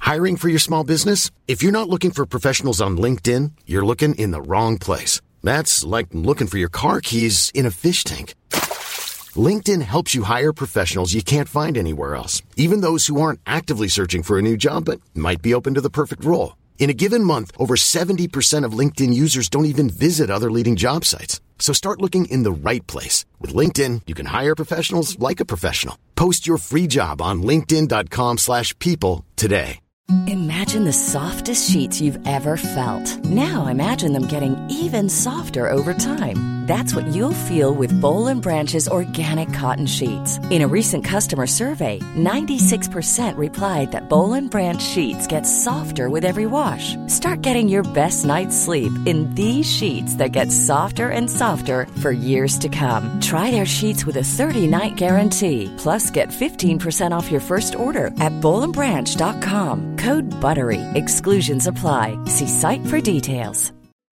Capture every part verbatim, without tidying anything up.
Hiring for your small business? If you're not looking for professionals on LinkedIn, you're looking in the wrong place. That's like looking for your car keys in a fish tank. LinkedIn helps you hire professionals you can't find anywhere else, even those who aren't actively searching for a new job but might be open to the perfect role. In a given month, over seventy percent of LinkedIn users don't even visit other leading job sites. So start looking in the right place. With LinkedIn, you can hire professionals like a professional. Post your free job on linkedin dot com slash people today. Imagine the softest sheets you've ever felt. Now imagine them getting even softer over time. That's what you'll feel with Boll and Branch's organic cotton sheets. In a recent customer survey, ninety-six percent replied that Boll and Branch sheets get softer with every wash. Start getting your best night's sleep in these sheets that get softer and softer for years to come. Try their sheets with a thirty-night guarantee. Plus, get fifteen percent off your first order at boll and branch dot com. Code BUTTERY. Exclusions apply. See site for details.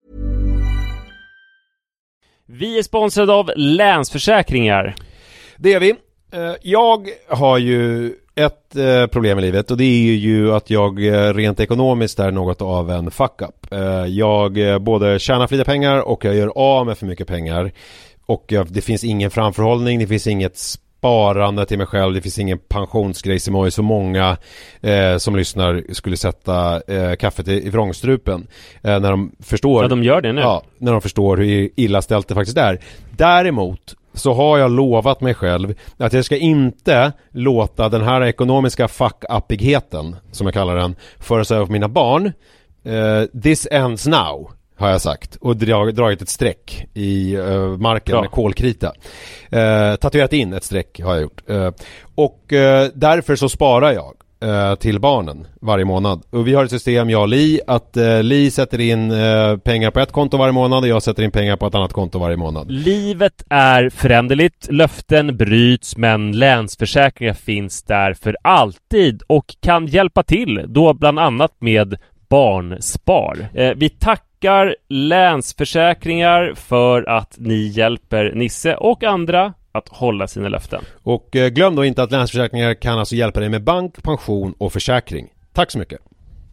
Vi är sponsrade av Länsförsäkringar. Det är vi. Jag har ju ett problem i livet, och det är ju att jag rent ekonomiskt är något av en fuck-up. Jag både tjänar för lite pengar och jag gör av med för mycket pengar. Och det finns ingen framförhållning, det finns inget sparande till mig själv, det finns ingen pensionsgrej som är så många eh, som lyssnar skulle sätta eh, kaffet i, i vrångstrupen eh, när de förstår. Ja, de gör det nu. Ja, när de förstår hur illa ställt det faktiskt är. Däremot så har jag lovat mig själv att jag ska inte låta den här ekonomiska fuck-uppigheten, som jag kallar den, föras över på mina barn. Uh, this ends now, har jag sagt, och drag, dragit ett streck i uh, marken ja. med kolkrita. Uh, tatuerat in ett streck har jag gjort. Uh, och uh, därför så sparar jag uh, till barnen varje månad. Och vi har ett system, jag och Li, att uh, Li sätter in uh, pengar på ett konto varje månad och jag sätter in pengar på ett annat konto varje månad. Livet är föränderligt, löften bryts, men Länsförsäkringar finns där för alltid och kan hjälpa till, då bland annat med barnspar. Eh, vi tackar Länsförsäkringar för att ni hjälper Nisse och andra att hålla sina löften. Och eh, glöm då inte att Länsförsäkringar kan alltså hjälpa dig med bank, pension och försäkring. Tack så mycket.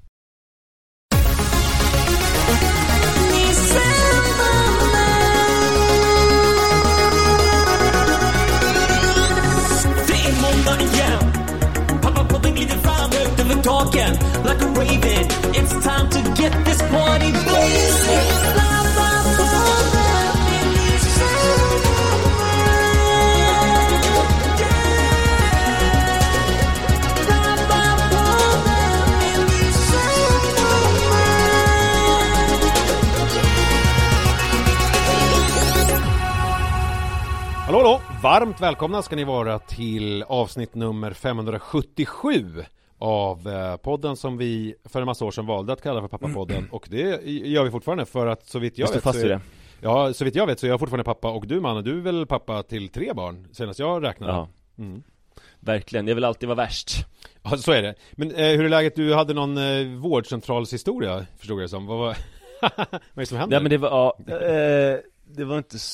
Talking like a raven. It's time to get this party blazing. Hallå, hallå. Varmt välkomna ska ni vara till avsnitt nummer femhundrasjuttiosju av eh, podden som vi för en massa år sedan valde att kalla för Pappapodden. Och det gör vi fortfarande, för att så vitt jag vet fast så är, det. Ja, så vitt jag vet så är jag fortfarande pappa. Och du, man, du är väl pappa till tre barn senast jag räknade. Ja, mm. verkligen. Jag vill alltid vara värst. Ja, så är det. Men eh, hur är läget? Du hade någon eh, vårdcentralshistoria, förstod jag det som. Vad var vad är det som hände? Ja, men det var ja, eh, det var inte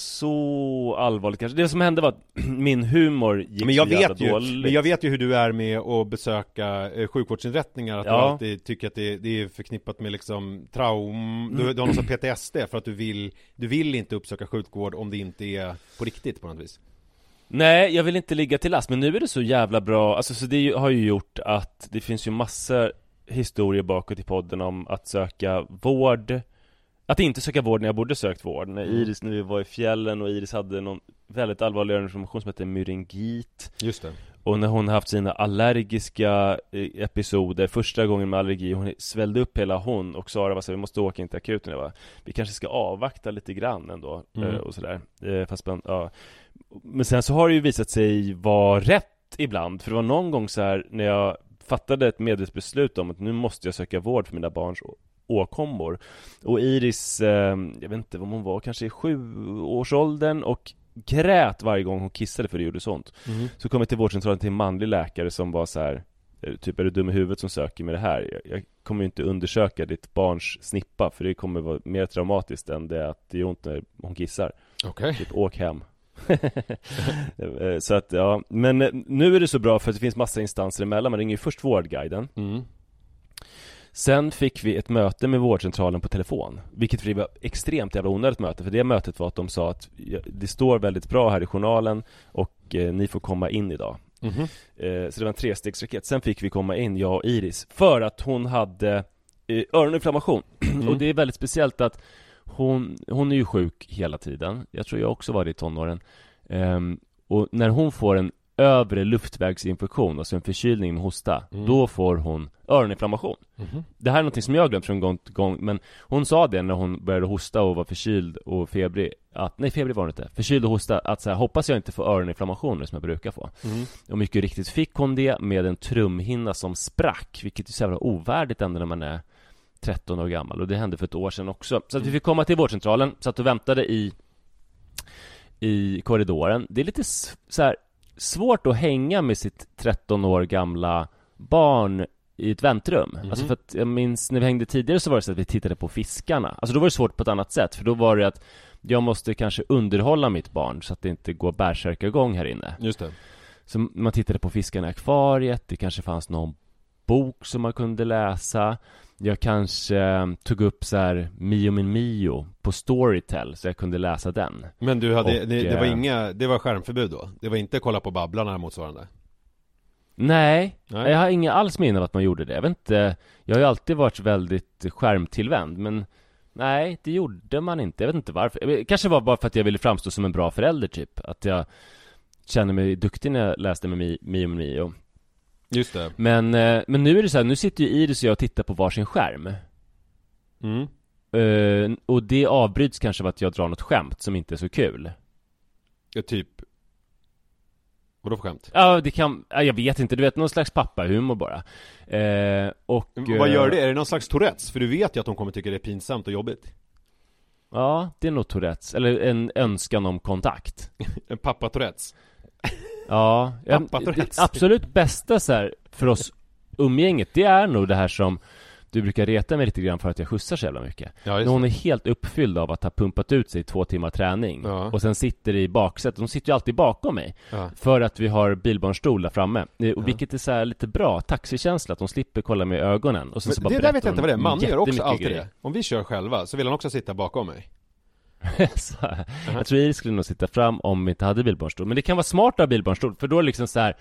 så allvarligt kanske. Det som hände var att min humor gick men jag så jävla vet ju, dåligt. Men jag vet ju hur du är med att besöka eh, sjukvårdsinrättningar. Att ja. du alltid tycker att det, det är förknippat med liksom traum. Du, du har någon sån P T S D för att du vill, du vill inte uppsöka sjukvård om det inte är på riktigt på något vis. Nej, jag vill inte ligga till last. Men nu är det så jävla bra. Alltså, så det har ju gjort att det finns ju massor historier bakåt i podden om att söka vård. Att inte söka vård när jag borde sökt vård. När Iris nu var i fjällen och Iris hade någon väldigt allvarlig information som heter myringit. Just det. Och när hon haft sina allergiska episoder, första gången med allergi, hon svällde upp hela hon och Sara var så här, vi måste åka in till akuten. Jag bara, vi kanske ska avvakta lite grann ändå. Mm. Och sådär. Fast bland, ja. Men sen så har det ju visat sig vara rätt ibland. För det var någon gång så här när jag fattade ett medelsbeslut om att nu måste jag söka vård för mina barns åkommor. Och Iris, eh, jag vet inte vad hon var, kanske i sjuårsåldern och grät varje gång hon kissade, för det gjorde sånt. Mm. Så kom jag till vårdcentralen till en manlig läkare som var så här, typ, är du dum i huvudet som söker med det här? Jag, jag kommer ju inte undersöka ditt barns snippa, för det kommer vara mer traumatiskt än det att det gör ont när hon kissar. Okej. Typ, åk hem. Så att, ja. Men nu är det så bra för att det finns massa instanser emellan. Man ringer ju först Vårdguiden. Mm. Sen fick vi ett möte med vårdcentralen på telefon, vilket var extremt jävla onödigt möte, för det mötet var att de sa att det står väldigt bra här i journalen och eh, ni får komma in idag. Mm-hmm. eh, Så det var en trestegsraket. Sen fick vi komma in, jag och Iris, för att hon hade eh, öroninflammation. Mm. Och det är väldigt speciellt att hon, hon är ju sjuk hela tiden. Jag tror jag också var det i tonåren. eh, Och när hon får en övre luftvägsinfektion, alltså en förkylning med hosta, mm. då får hon öroninflammation. Mm. Det här är något som jag har glömt från gång till gång, men hon sa det när hon började hosta och var förkyld och febrig, att, nej febrig var hon inte, förkyld och hosta, att så här, hoppas jag inte får öroninflammationer som jag brukar få. Mm. Och mycket riktigt fick hon det med en trumhinna som sprack, vilket är så jävla ovärdigt ändå när man är tretton år gammal, och det hände för ett år sedan också. Så att vi fick komma till vårdcentralen, satt och väntade i i korridoren. Det är lite så här svårt att hänga med sitt tretton år gamla barn i ett väntrum. Mm-hmm. Alltså för att jag minns när vi hängde tidigare så var det så att vi tittade på fiskarna. Alltså då var det svårt på ett annat sätt, för då var det att jag måste kanske underhålla mitt barn så att det inte går bärsärkargång här inne. Just det. Så man tittade på fiskarna i akvariet, det kanske fanns någon bok som man kunde läsa. Jag kanske eh, tog upp så här Mio min Mio på Storytel, så jag kunde läsa den. Men du hade, och, det, det var inga, det var skärmförbud då? Det var inte kolla på Babblarna motsvarande? Nej, Nej, jag har inga alls minne av att man gjorde det. Jag vet inte, jag har ju alltid varit väldigt skärmtillvänd, men nej, det gjorde man inte. Jag vet inte varför. Kanske var bara för att jag ville framstå som en bra förälder typ. Att jag kände mig duktig när jag läste med Mio min Mio. Just det. Men, men nu är det så här, nu sitter ju Iris och jag och tittar på varsin skärm. Mm. Uh, och det avbryts kanske av att jag drar något skämt som inte är så kul. Ja, typ. Vadå för skämt? Ja, det kan, jag vet inte, du vet, någon slags pappahumor bara. Uh, och, vad gör det? Är det någon slags Tourettes? För du vet ju att de kommer tycka det är pinsamt och jobbigt. Ja, det är nog Tourettes. Eller en önskan om kontakt. En pappa-Tourettes. Ja, det absolut bästa så här, för oss umgänget, det är nog det här som du brukar reta mig lite grann för att jag skjutsar så jävla mycket. Ja, när hon är helt uppfylld av att ha pumpat ut sig två timmar träning, ja. Och sen sitter i baksätet. De sitter ju alltid bakom mig, ja. För att vi har bilbarnstol där framme, och ja. Vilket är så här lite bra taxikänsla, att de slipper kolla med ögonen. Och sen så bara det där vet jag inte vad det är. Man gör också alltid grejer. Det. Om vi kör själva så vill han också sitta bakom mig. Så, uh-huh. Jag tror Iris skulle nog sitta fram om vi inte hade bilbarnstol. Men det kan vara smart att ha bilbarnstol, för då är liksom så här,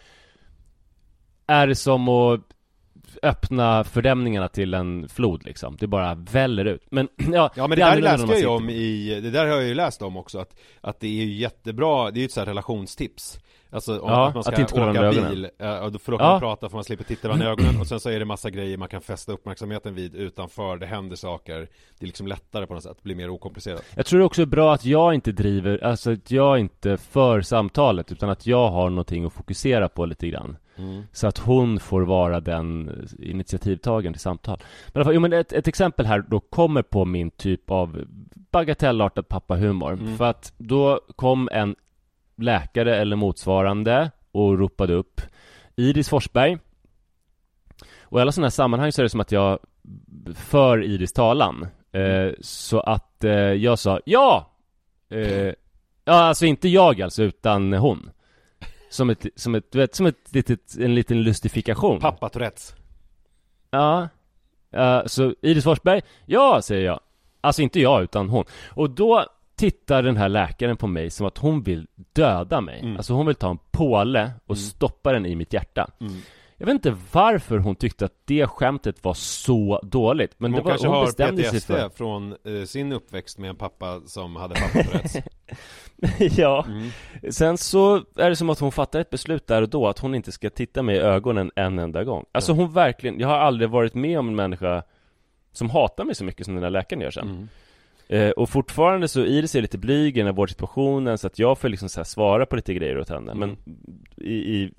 är det som att öppna fördämningarna till en flod liksom. Det bara väller ut. Men ja, ja men det, det där läste jag ju om i, det där har jag ju läst om också, att, att det är ju jättebra, det är ju ett så här relationstips. Alltså om ja, att man ska att inte åka bil, och då får man ja. prata för man slipper titta varandra i ögonen. Och sen så är det massa grejer man kan fästa uppmärksamheten vid utanför, det händer saker. Det är liksom lättare på något sätt, det blir mer okomplicerat. Jag tror det också är bra att jag inte driver, alltså att jag inte för samtalet, utan att jag har någonting att fokusera på lite grann. Mm. Så att hon får vara den initiativtagen till samtal. Men, alltså, jo, men ett, ett exempel här då kommer på min typ av bagatellartad pappahumor. Mm. För att då kom en läkare eller motsvarande och ropade upp Iris Forsberg. Och i alla sådana här sammanhang så är det som att jag för Iris talan. Mm. eh, Så att eh, jag sa ja! eh, Ja, alltså inte jag alltså, utan hon. Som ett, som ett, du vet, som ett litet, en liten lustifikation. Pappa Tourettes. Ja. uh, Så Iris Forsberg, ja, säger jag. Alltså inte jag, utan hon. Och då tittar den här läkaren på mig som att hon vill döda mig. Mm. Alltså hon vill ta en påle och mm. stoppa den i mitt hjärta. Mm. Jag vet inte varför hon tyckte att det skämtet var så dåligt. Men hon det var, kanske hon har bestämde P T S D sig för från eh, sin uppväxt med en pappa som hade pappa Tourettes. Ja, mm. Sen så är det som att hon fattar ett beslut där och då att hon inte ska titta mig i ögonen en enda gång. Alltså hon verkligen, jag har aldrig varit med om en människa som hatar mig så mycket som den här läkaren gör sen. Mm. Eh, och fortfarande så Iris är lite blyg i den här vårdsituationen, så att jag får liksom så här svara på lite grejer åt henne. Mm. Men i, i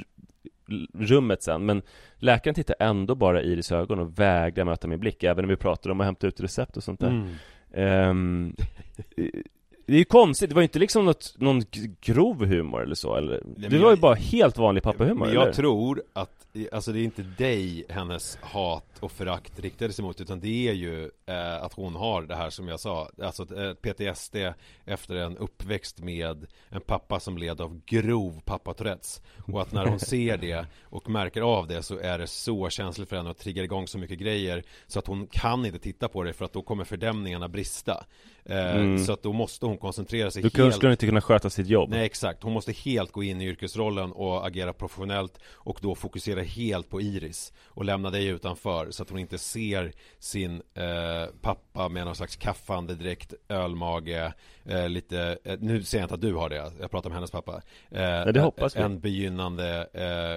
rummet sen, men läkaren tittar ändå bara i Iris ögon och vägrar möta min blick, även när vi pratar om att hämta ut recept och sånt där. Mm. Um, Det är ju konstigt, det var ju inte liksom något, någon grov humor eller så eller? Nej, Det var jag, ju bara helt vanlig pappahumor. Men jag eller? tror att, alltså det är inte dig hennes hat och förakt riktade sig mot, utan det är ju eh, att hon har det här som jag sa, alltså eh, P T S D efter en uppväxt med en pappa som led av grov pappatourettes, och att när hon ser det och märker av det så är det så känsligt för henne och triggar igång så mycket grejer så att hon kan inte titta på det, för att då kommer fördämningarna brista. Eh, Mm. Så att då måste hon koncentrera sig Du helt. skulle inte kunna sköta sitt jobb. Nej, exakt. Hon måste helt gå in i yrkesrollen och agera professionellt, och då fokusera helt på Iris och lämna dig utanför, så att hon inte ser sin eh, pappa med någon slags kaffande direkt, ölmage, eh, lite, eh, nu säger jag inte att du har det, jag pratar om hennes pappa. Eh, Nej, det hoppas vi. En begynnande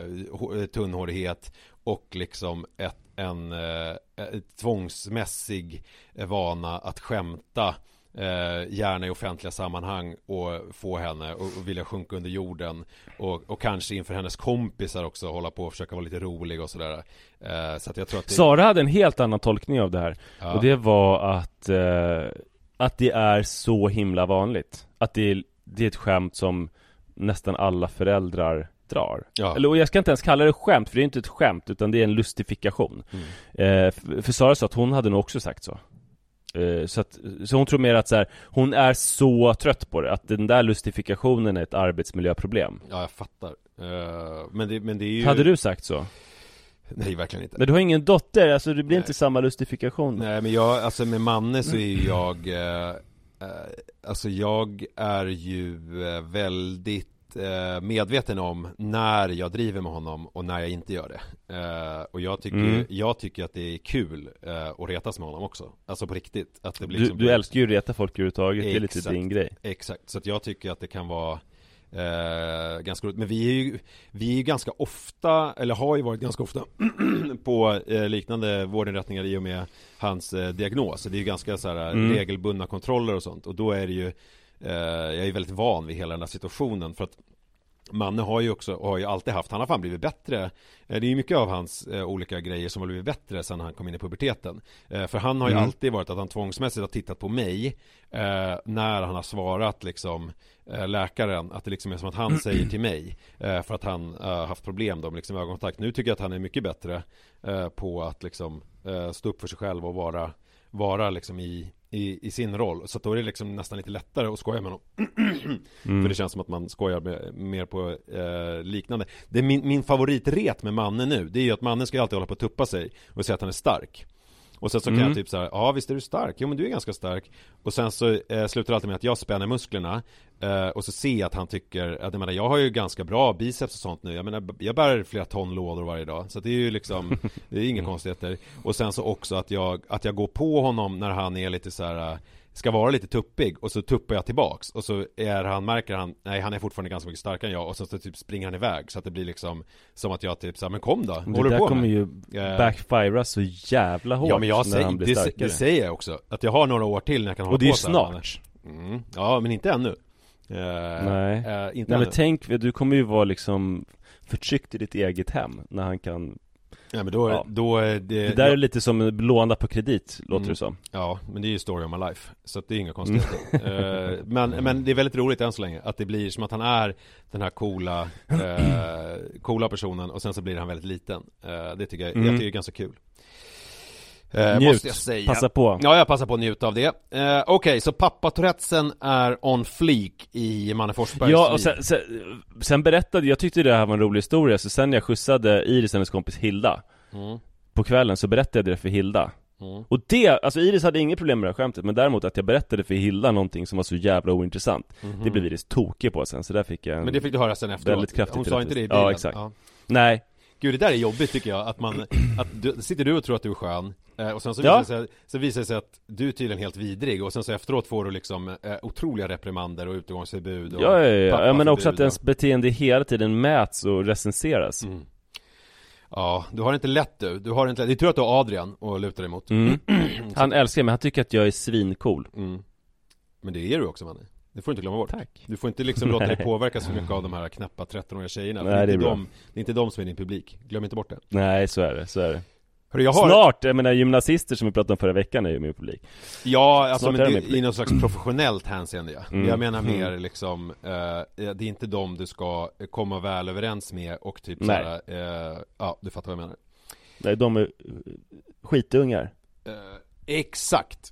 eh, tunnhårighet och liksom ett, en eh, ett tvångsmässig vana att skämta, Eh, gärna i offentliga sammanhang, och få henne och, och vilja sjunka under jorden, och, och kanske inför hennes kompisar också hålla på och försöka vara lite rolig och sådär. Eh, så att jag tror att det... Sara hade en helt annan tolkning av det här. Ja. Och det var att eh, att det är så himla vanligt. Att det är, det är ett skämt som nästan alla föräldrar drar. Ja. Eller, och jag ska inte ens kalla det skämt, för det är inte ett skämt, utan det är en lustifikation. Mm. Eh, för, för Sara sa att hon hade nog också sagt så. Så, att, så hon tror mer att så här, hon är så trött på det, att den där lustifikationen är ett arbetsmiljöproblem. Ja, jag fattar. Uh, men, det, men det är ju... Hade du sagt så? Nej, verkligen inte. Men du har ingen dotter, alltså det blir Nej. inte samma lustifikation. Nej, men jag, alltså med Manne så är ju jag uh, uh, alltså jag är ju uh, väldigt medveten om när jag driver med honom och när jag inte gör det. Uh, och jag tycker, Mm. jag tycker att det är kul uh, att retas med honom också. Alltså på riktigt. Att det blir du, liksom... du älskar ju att reta folk överhuvudtaget, det är lite Exakt. din grej. Exakt, så att jag tycker att det kan vara uh, ganska roligt. Men vi är ju, vi är ju ganska ofta, eller har ju varit ganska ofta på uh, liknande vårdinrättningar i och med hans uh, diagnos. Det är ju ganska så här, Mm. regelbundna kontroller och sånt. Och då är det ju Uh, jag är väldigt van vid hela den här situationen, för att Manne har ju också, och har ju alltid haft, han har fan blivit bättre. uh, Det är ju mycket av hans uh, olika grejer som har blivit bättre sedan han kom in i puberteten. uh, För han har ju Mm. alltid varit att han tvångsmässigt har tittat på mig uh, när han har svarat liksom uh, läkaren, att det liksom är som att han säger till mig uh, för att han uh, har haft problem då med liksom ögonkontakt. Nu tycker jag att han är mycket bättre uh, på att liksom uh, stå upp för sig själv och vara, vara liksom i I, i sin roll, så att då är det liksom nästan lite lättare att skoja med honom. Mm. För det känns som att man skojar med, mer på eh, liknande. Det är min, min favoritret med Manne nu, det är ju att Manne ska alltid hålla på att tuppa sig och säga att han är stark. Och sen så kan Mm. jag typ så här, ja visst är du stark, jo men du är ganska stark. Och sen så eh, slutar det alltid med att jag spänner musklerna eh, och så ser jag att han tycker att, jag menar, jag har ju ganska bra biceps och sånt nu. Jag menar, jag bär flera ton lådor varje dag, så det är ju liksom, det är inga konstigheter. Och sen så också att jag, att jag går på honom när han är lite så här, ska vara lite tuppig, och så tuppar jag tillbaks, och så är han, märker han, nej han är fortfarande ganska mycket starkare än jag, och sen så typ springer han iväg, så att det blir liksom som att jag typ så här, men kom då, Det håller du där på kommer med? ju Eh, backfira så jävla hårt Ja, men jag när säger, han blir det, starkare. det säger jag också, att jag har några år till när jag kan hålla Och det är på ju så här. snart. Mm. Ja, men inte ännu. Eh, Nej. eh, inte Nej ännu. men tänk, du kommer ju vara liksom förtryckt i ditt eget hem när han kan. Ja, men då, Ja. då är det... Det där ja, är lite som låna på kredit, låter Mm. det som. ja, men det är ju story of my life, så att det är inga konstigheter. eh, men, men det är väldigt roligt än så länge att det blir som att han är den här coola eh, coola personen, och sen så blir han väldigt liten. eh, Det tycker jag, Mm. jag tycker det är ganska kul. Eh, Njut, måste jag säga. passa på. Ja, jag passar på att njuta av det. eh, Okej, okay, så pappatourettesen är on fleek i Manne Forsbergs Ja, liv. och sen, sen, sen berättade, jag tyckte det här var en rolig historia, så sen när jag skjutsade Iris, hennes kompis Hilda, mm. på kvällen, så berättade jag det för Hilda. Mm. Och det, alltså Iris hade inget problem med det här skämtet, men däremot att jag berättade för Hilda någonting som var så jävla ointressant, Mhm. det blev Iris tokig på sen, så där fick jag en... Men det fick du höra sen efteråt. väldigt kraftigt Hon sa inte det i rättelse. bilen. Ja, exakt. Ja. Nej. Gud, det där är jobbigt tycker jag, att man, att du, sitter du och tror att du är skön, eh, och sen så Ja. visar, det sig, så visar det sig att du är tydligen helt vidrig, och sen så efteråt får du liksom eh, otroliga reprimander och utegångsförbud och Ja, ja, ja. ja, men också att pappaförbud ens beteende hela tiden mäts och recenseras. och... mm. Ja, du har inte lätt du, du har inte lätt. Det är tur att du har Adrian och lutar emot. Mm. Han älskar mig, men han tycker att jag är svincool. Mm. Men det är du också, Manne. Det får du inte glömma bort. Tack. Du får inte liksom låta dig Nej. påverkas så mycket av de här knappa tretton-åriga tjejerna. För Nej, det, är det är inte bra. de, det är inte de som är din publik. Glöm inte bort det. Nej, så är det, så är det. Hörru, jag har... Snart, jag menar gymnasister som vi pratade om förra veckan är ju med i publik. Ja, alltså men är det, de i något slags professionellt hänseende, ja. Mm. Jag menar mer Mm. liksom, eh, det är inte dem du ska komma väl överens med och typ Nej. såhär, eh, ja, du fattar vad jag menar. Nej, de är skitungar. Eh, exakt.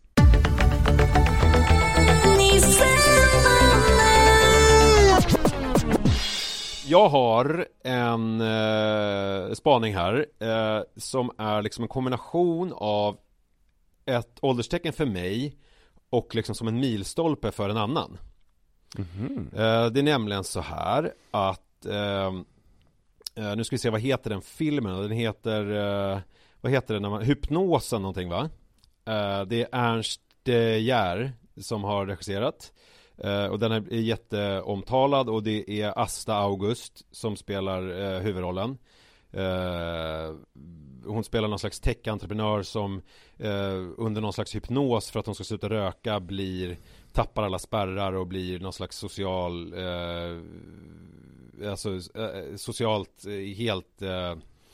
Jag har en eh, spaning här eh, som är liksom en kombination av ett ålderstecken för mig och liksom som en milstolpe för en annan. Mm-hmm. Eh, det är nämligen så här att eh, eh, nu ska vi se, vad heter den filmen? Den heter eh, vad heter den? När man, Hypnosen någonting, va? Eh, det är Ernst de Geer som har regisserat. Uh, och den är jätteomtalad, och det är Asta August som spelar uh, huvudrollen. Uh, hon spelar någon slags tech-entreprenör som uh, under någon slags hypnos för att hon ska sluta röka blir, tappar alla spärrar och blir någon slags social uh, alltså uh, socialt uh, helt uh,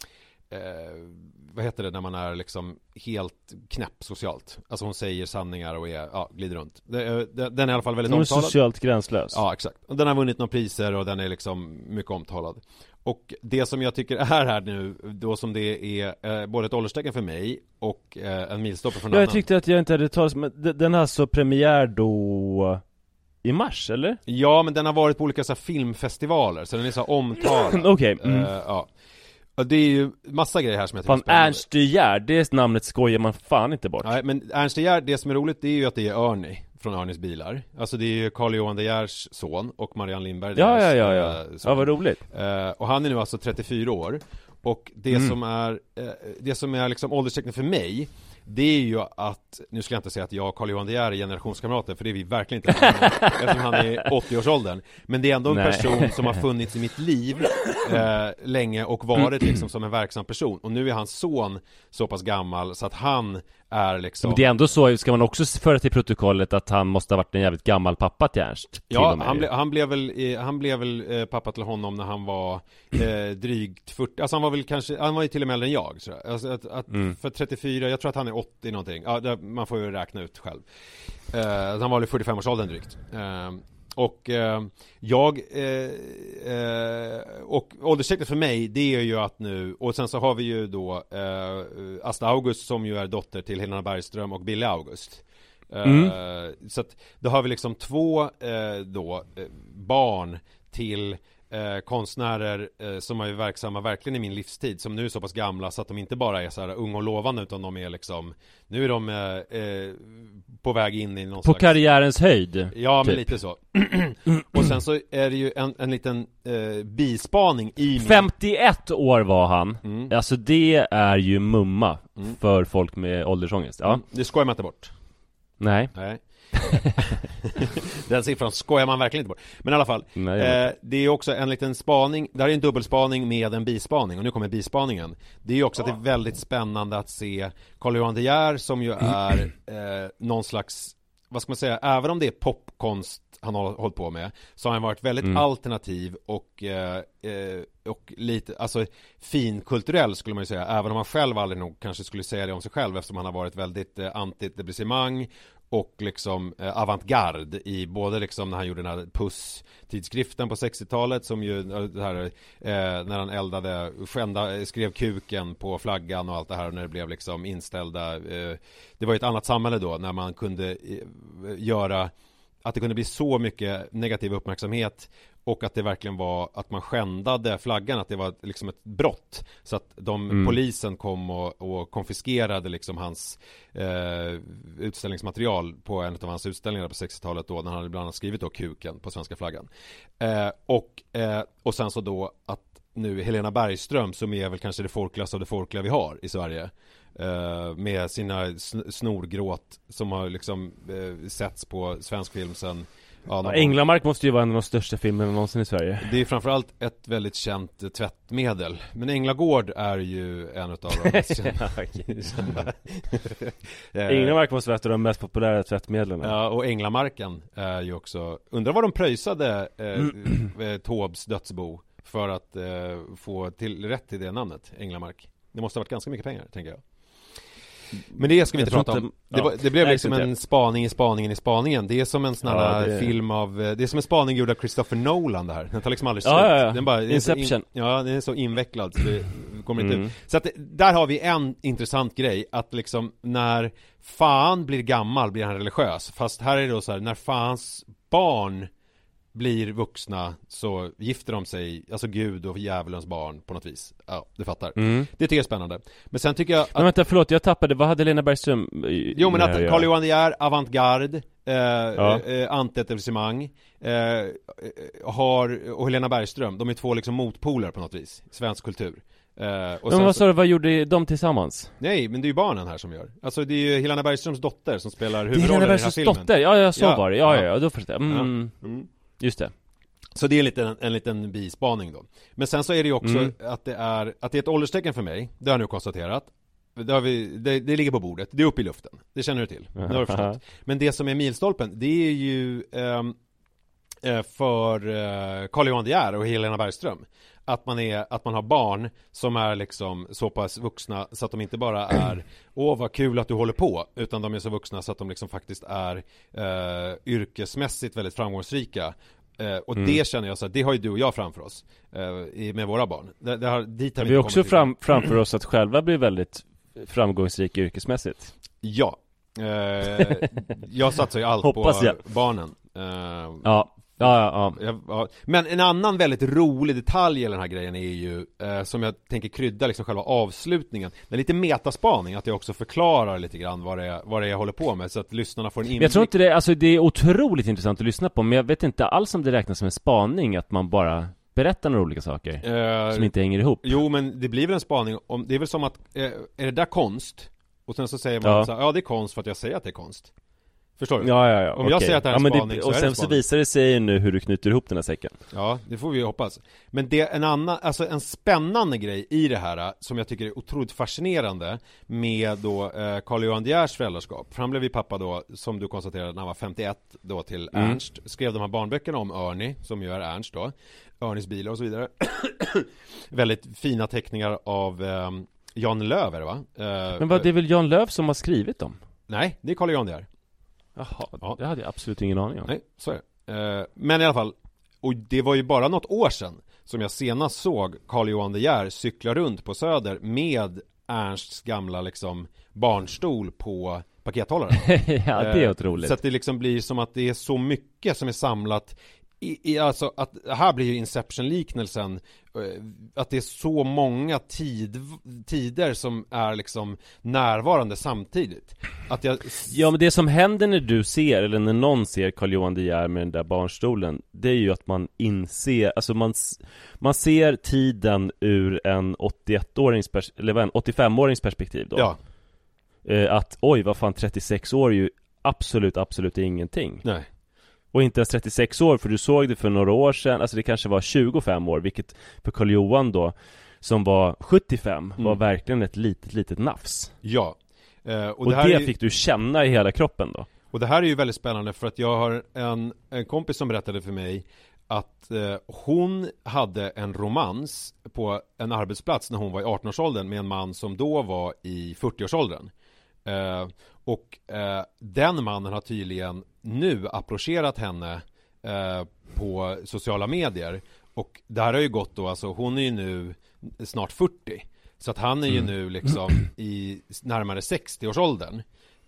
uh, vad heter det när man är liksom helt knäpp socialt. Alltså hon säger sanningar och är, ja, glider runt. Den är i alla fall väldigt Hon är omtalad. socialt gränslös. Ja, exakt. Och den har vunnit några priser och den är liksom mycket omtalad. Och det som jag tycker är här nu, då som det är eh, både ett ålderstecken för mig och eh, en milstolpe för en Ja, jag annan. tyckte att jag inte hade talat, men d- den har så premiär då i mars, eller? Ja, men den har varit på olika så här, filmfestivaler, så den är så här, omtalad. Okej. Mm. Eh, ja. Och det är ju massa grejer här som jag tycker Fan, är spännande. Ernst de Geer, det namnet skojar man fan inte bort. Nej, men Ernst de Geer, det som är roligt, det är ju att det är Ernie från Ernies bilar. Alltså det är ju Carl Johan de Geers son och Marianne Lindberg. Ja, deras, ja, ja, ja. eh, son. Ja, vad roligt. Eh, och han är nu alltså trettiofyra år. Och det Mm. som är eh, det som är liksom ålderstecknet för mig, det är ju att, nu ska jag inte säga att jag och Carl Johan de Geer är generationskamrater, för det är vi verkligen inte, eftersom han är åttio-årsåldern. Men det är ändå en Nej. person som har funnits i mitt liv eh, länge och varit liksom som en verksam person. Och nu är hans son så pass gammal så att han är liksom... Men det är ändå så, ska man också föra till protokollet att han måste ha varit en jävligt gammal pappa till Ernst. Till Ja, och med han, ju. ble, han blev väl, eh, han blev väl eh, pappa till honom när han var eh, drygt fyrtio. Alltså han var väl kanske, han var ju till och med äldre än jag, tror jag. Alltså att, att Mm. för trettiofyra, jag tror att han är åttio någonting. Ja, det, man får ju räkna ut själv. Eh, han var väl fyrtiofem-årsåldern drygt. Eh, och eh, jag eh, eh, och ålderstecknet för mig, det är ju att nu, och sen så har vi ju då eh, Asta August som ju är dotter till Helena Bergström och Billy August. Mm. Uh, så att då har vi liksom två uh, då, uh, barn till uh, konstnärer uh, som är verksamma verkligen i min livstid, som nu är så pass gamla så att de inte bara är så här unga och lovande, utan de är liksom, nu är de uh, uh, på väg in i någon På slags... karriärens höjd. Ja, men typ. lite så. Och sen så är det ju en, en liten uh, bispaning i min... femtioett år var han. Mm. Alltså det är ju mumma Mm. för folk med åldersångest. Ja. Mm, det skojar man inte bort. Nej. Nej. Den siffran skojar man verkligen inte bort. Men i alla fall, Nej, jag eh, det är också en liten spaning. Det här är en dubbelspaning med en bispaning. Och nu kommer bispaningen. Det är ju också att det är väldigt spännande att se Carl Johan de Geer, som ju är eh, någon slags, vad ska man säga, även om det är popkonst han har hållit på med, så har han varit väldigt Mm. alternativ och, eh, eh, och lite, alltså finkulturell skulle man ju säga, även om han själv aldrig nog kanske skulle säga det om sig själv, eftersom han har varit väldigt eh, antidepressimang och liksom eh, avantgarde i både liksom när han gjorde den här Puss-tidskriften på sextiotalet, som ju eh, det här eh, när han eldade, skända, skrev kuken på flaggan och allt det här, när det blev liksom inställda eh, det var ju ett annat samhälle då, när man kunde eh, göra att det kunde bli så mycket negativ uppmärksamhet, och att det verkligen var att man skändade flaggan, att det var liksom ett brott, så att de, Mm. polisen kom och, och konfiskerade liksom hans eh, utställningsmaterial på en av hans utställningar på sextiotalet då, när han hade bland annat skrivit då kuken på svenska flaggan. Eh, och, eh, och sen så då att nu Helena Bergström, som är väl kanske det folklaste av det folkliga vi har i Sverige, Uh, med sina sn- snorgråt som har liksom uh, setts på svensk film sen, ja, Ja, Änglamark måste ju vara en av de största filmerna någonsin i Sverige. det är framförallt ett väldigt känt uh, tvättmedel. Men Änglagård är ju en av de mest kända. uh, Änglamark måste vara ett av de mest populära tvättmedlen. Ja, och Änglamarken är ju också, undrar vad de pröjsade uh, uh, Taubes dödsbo för att uh, få till rätt till det namnet, Änglamark. Det måste ha varit ganska mycket pengar, tänker jag. Men det ska vi inte Jag prata tror om. inte- Det, ja. var, det blev Nej, liksom inte. en spaning i spaningen i spaningen. Det är som en sån här Ja, det- film av, det är som en spaning gjord av Christopher Nolan det här. Den tar liksom aldrig slut. Ja, ja, ja. Den bara, den är så Inception. In, ja, den är så invecklad så det kommer inte Mm. ut. Så att det, där har vi en intressant grej, att liksom när fan blir gammal blir han religiös. Fast här är det då så här, när fans barn blir vuxna så gifter de sig, alltså Gud och djävulens barn på något vis. Ja, du fattar. Mm. Det tycker jag är spännande. Men sen tycker jag att, Men vänta, förlåt, jag tappade, vad hade Lena Bergström? jo men att Nej, Carl jag- Johan De Geer, avantgarde, eh, Ja. eh, antietablissemang, eh, har, och Helena Bergström, de är två liksom motpoler på något vis, svensk kultur. Eh, och Men sen vad så, sa du, vad gjorde de tillsammans? nej, men det är ju barnen här som gör. Alltså det är ju Helena Bergströms dotter som spelar Det är huvudrollen Lena i den här Bergströms filmen. dotter, ja, ja, så Ja. var det, ja, ja, Ja. ja, då förstår jag. Mm, Ja. Mm. just det. Så det är en liten, en liten bispaning då. Men sen så är det ju också Mm. att det är att det är ett ålderstecken för mig. Det har jag nu konstaterat. Det, har vi, det, det ligger på bordet, det är uppe i luften. Det känner du till, det har du förstått. Men det som är milstolpen, det är ju ehm, eh, för eh, Carl Johan De Geer och Helena Bergström. Att man, är, att man har barn som är liksom så pass vuxna så att de inte bara är åh vad kul att du håller på, utan de är så vuxna så att de liksom faktiskt är eh, yrkesmässigt väldigt framgångsrika. Eh, och Mm. det känner jag så att det har ju du och jag framför oss eh, i- med våra barn. Det, det har, dit har Vi vi har inte också kommit fram, framför oss att själva bli väldigt framgångsrika yrkesmässigt. Ja. Eh, jag satsar ju allt Hoppas på jag. barnen. Eh, Ja, ja, ja, ja. jag- ja. Men en annan väldigt rolig detalj i den här grejen är ju eh, som jag tänker krydda liksom själva avslutningen. Det är lite metaspaning, att jag också förklarar lite grann vad det är, vad det är jag håller på med, så att lyssnarna får en inblick. Men jag tror inte det, alltså det är otroligt intressant att lyssna på, men jag vet inte alls om det räknas som en spaning, att man bara berättar några olika saker Eh, som inte hänger ihop. Jo, men det blir väl en spaning om, det är väl som att, eh, är det där konst? Och sen så säger man Ja. så här, ja det är konst för att jag säger att det är konst. Förstår du? Ja, ja, ja. Om jag okej. säger att det här är ja, men spaning, så och är det sen en så spaning. visar det sig nu hur du knyter ihop den här säcken. Ja, det får vi ju hoppas. Men det är en annan, alltså en spännande grej i det här som jag tycker är otroligt fascinerande med då eh, Carl Johan De Geers föräldraskap. För han blev ju pappa då, som du konstaterade, när han var femtioett då till Mm. Ernst. Skrev de här barnböckerna om Ernie, som ju är Ernst då. Ernies bilar och så vidare. Väldigt fina teckningar av eh, Jan Löv är det va? Eh, Men vad, det är väl Jan Löv som har skrivit dem? Nej, det är Carl Johan De Geer. Jaha, Ja. det hade jag absolut ingen aning om. Nej, så är det. Eh, men i alla fall, och det var ju bara något år sedan som jag senast såg Carl Johan De Geer cykla runt på Söder med Ernsts gamla liksom barnstol på pakethållaren. Ja, det är Eh, otroligt. Så att det liksom blir som att det är så mycket som är samlat i, i alltså att här blir ju Inception-liknelsen, eh, att det är så många tid, tider som är liksom närvarande samtidigt. Att jag Ja, men det som händer när du ser, eller när någon ser Carl Johan De Geer med den där barnstolen, det är ju att man inser, alltså man, s- man ser tiden ur en åttioett-årings pers- eller vad, en åttiofem-årings perspektiv då. ja, Eh, att oj, vad fan, trettiosex år är ju absolut, absolut ingenting. nej. Och inte ens trettiosex år, för du såg det för några år sedan. Alltså det kanske var tjugofem år, vilket för Carl Johan då, som var sjuttiofem, Mm. var verkligen ett litet, litet nafs. Ja. Eh, och, Och, det, här det är ju, fick du känna i hela kroppen då. och det här är ju väldigt spännande, för att jag har en, en kompis som berättade för mig att eh, hon hade en romans på en arbetsplats när hon var i arton-årsåldern med en man som då var i fyrtio-årsåldern. Eh, och eh, den mannen har tydligen nu approcherat henne eh, på sociala medier. Och det här har ju gått då, alltså hon är ju nu snart fyrtio. Så att han är ju nu liksom i närmare sextio-årsåldern.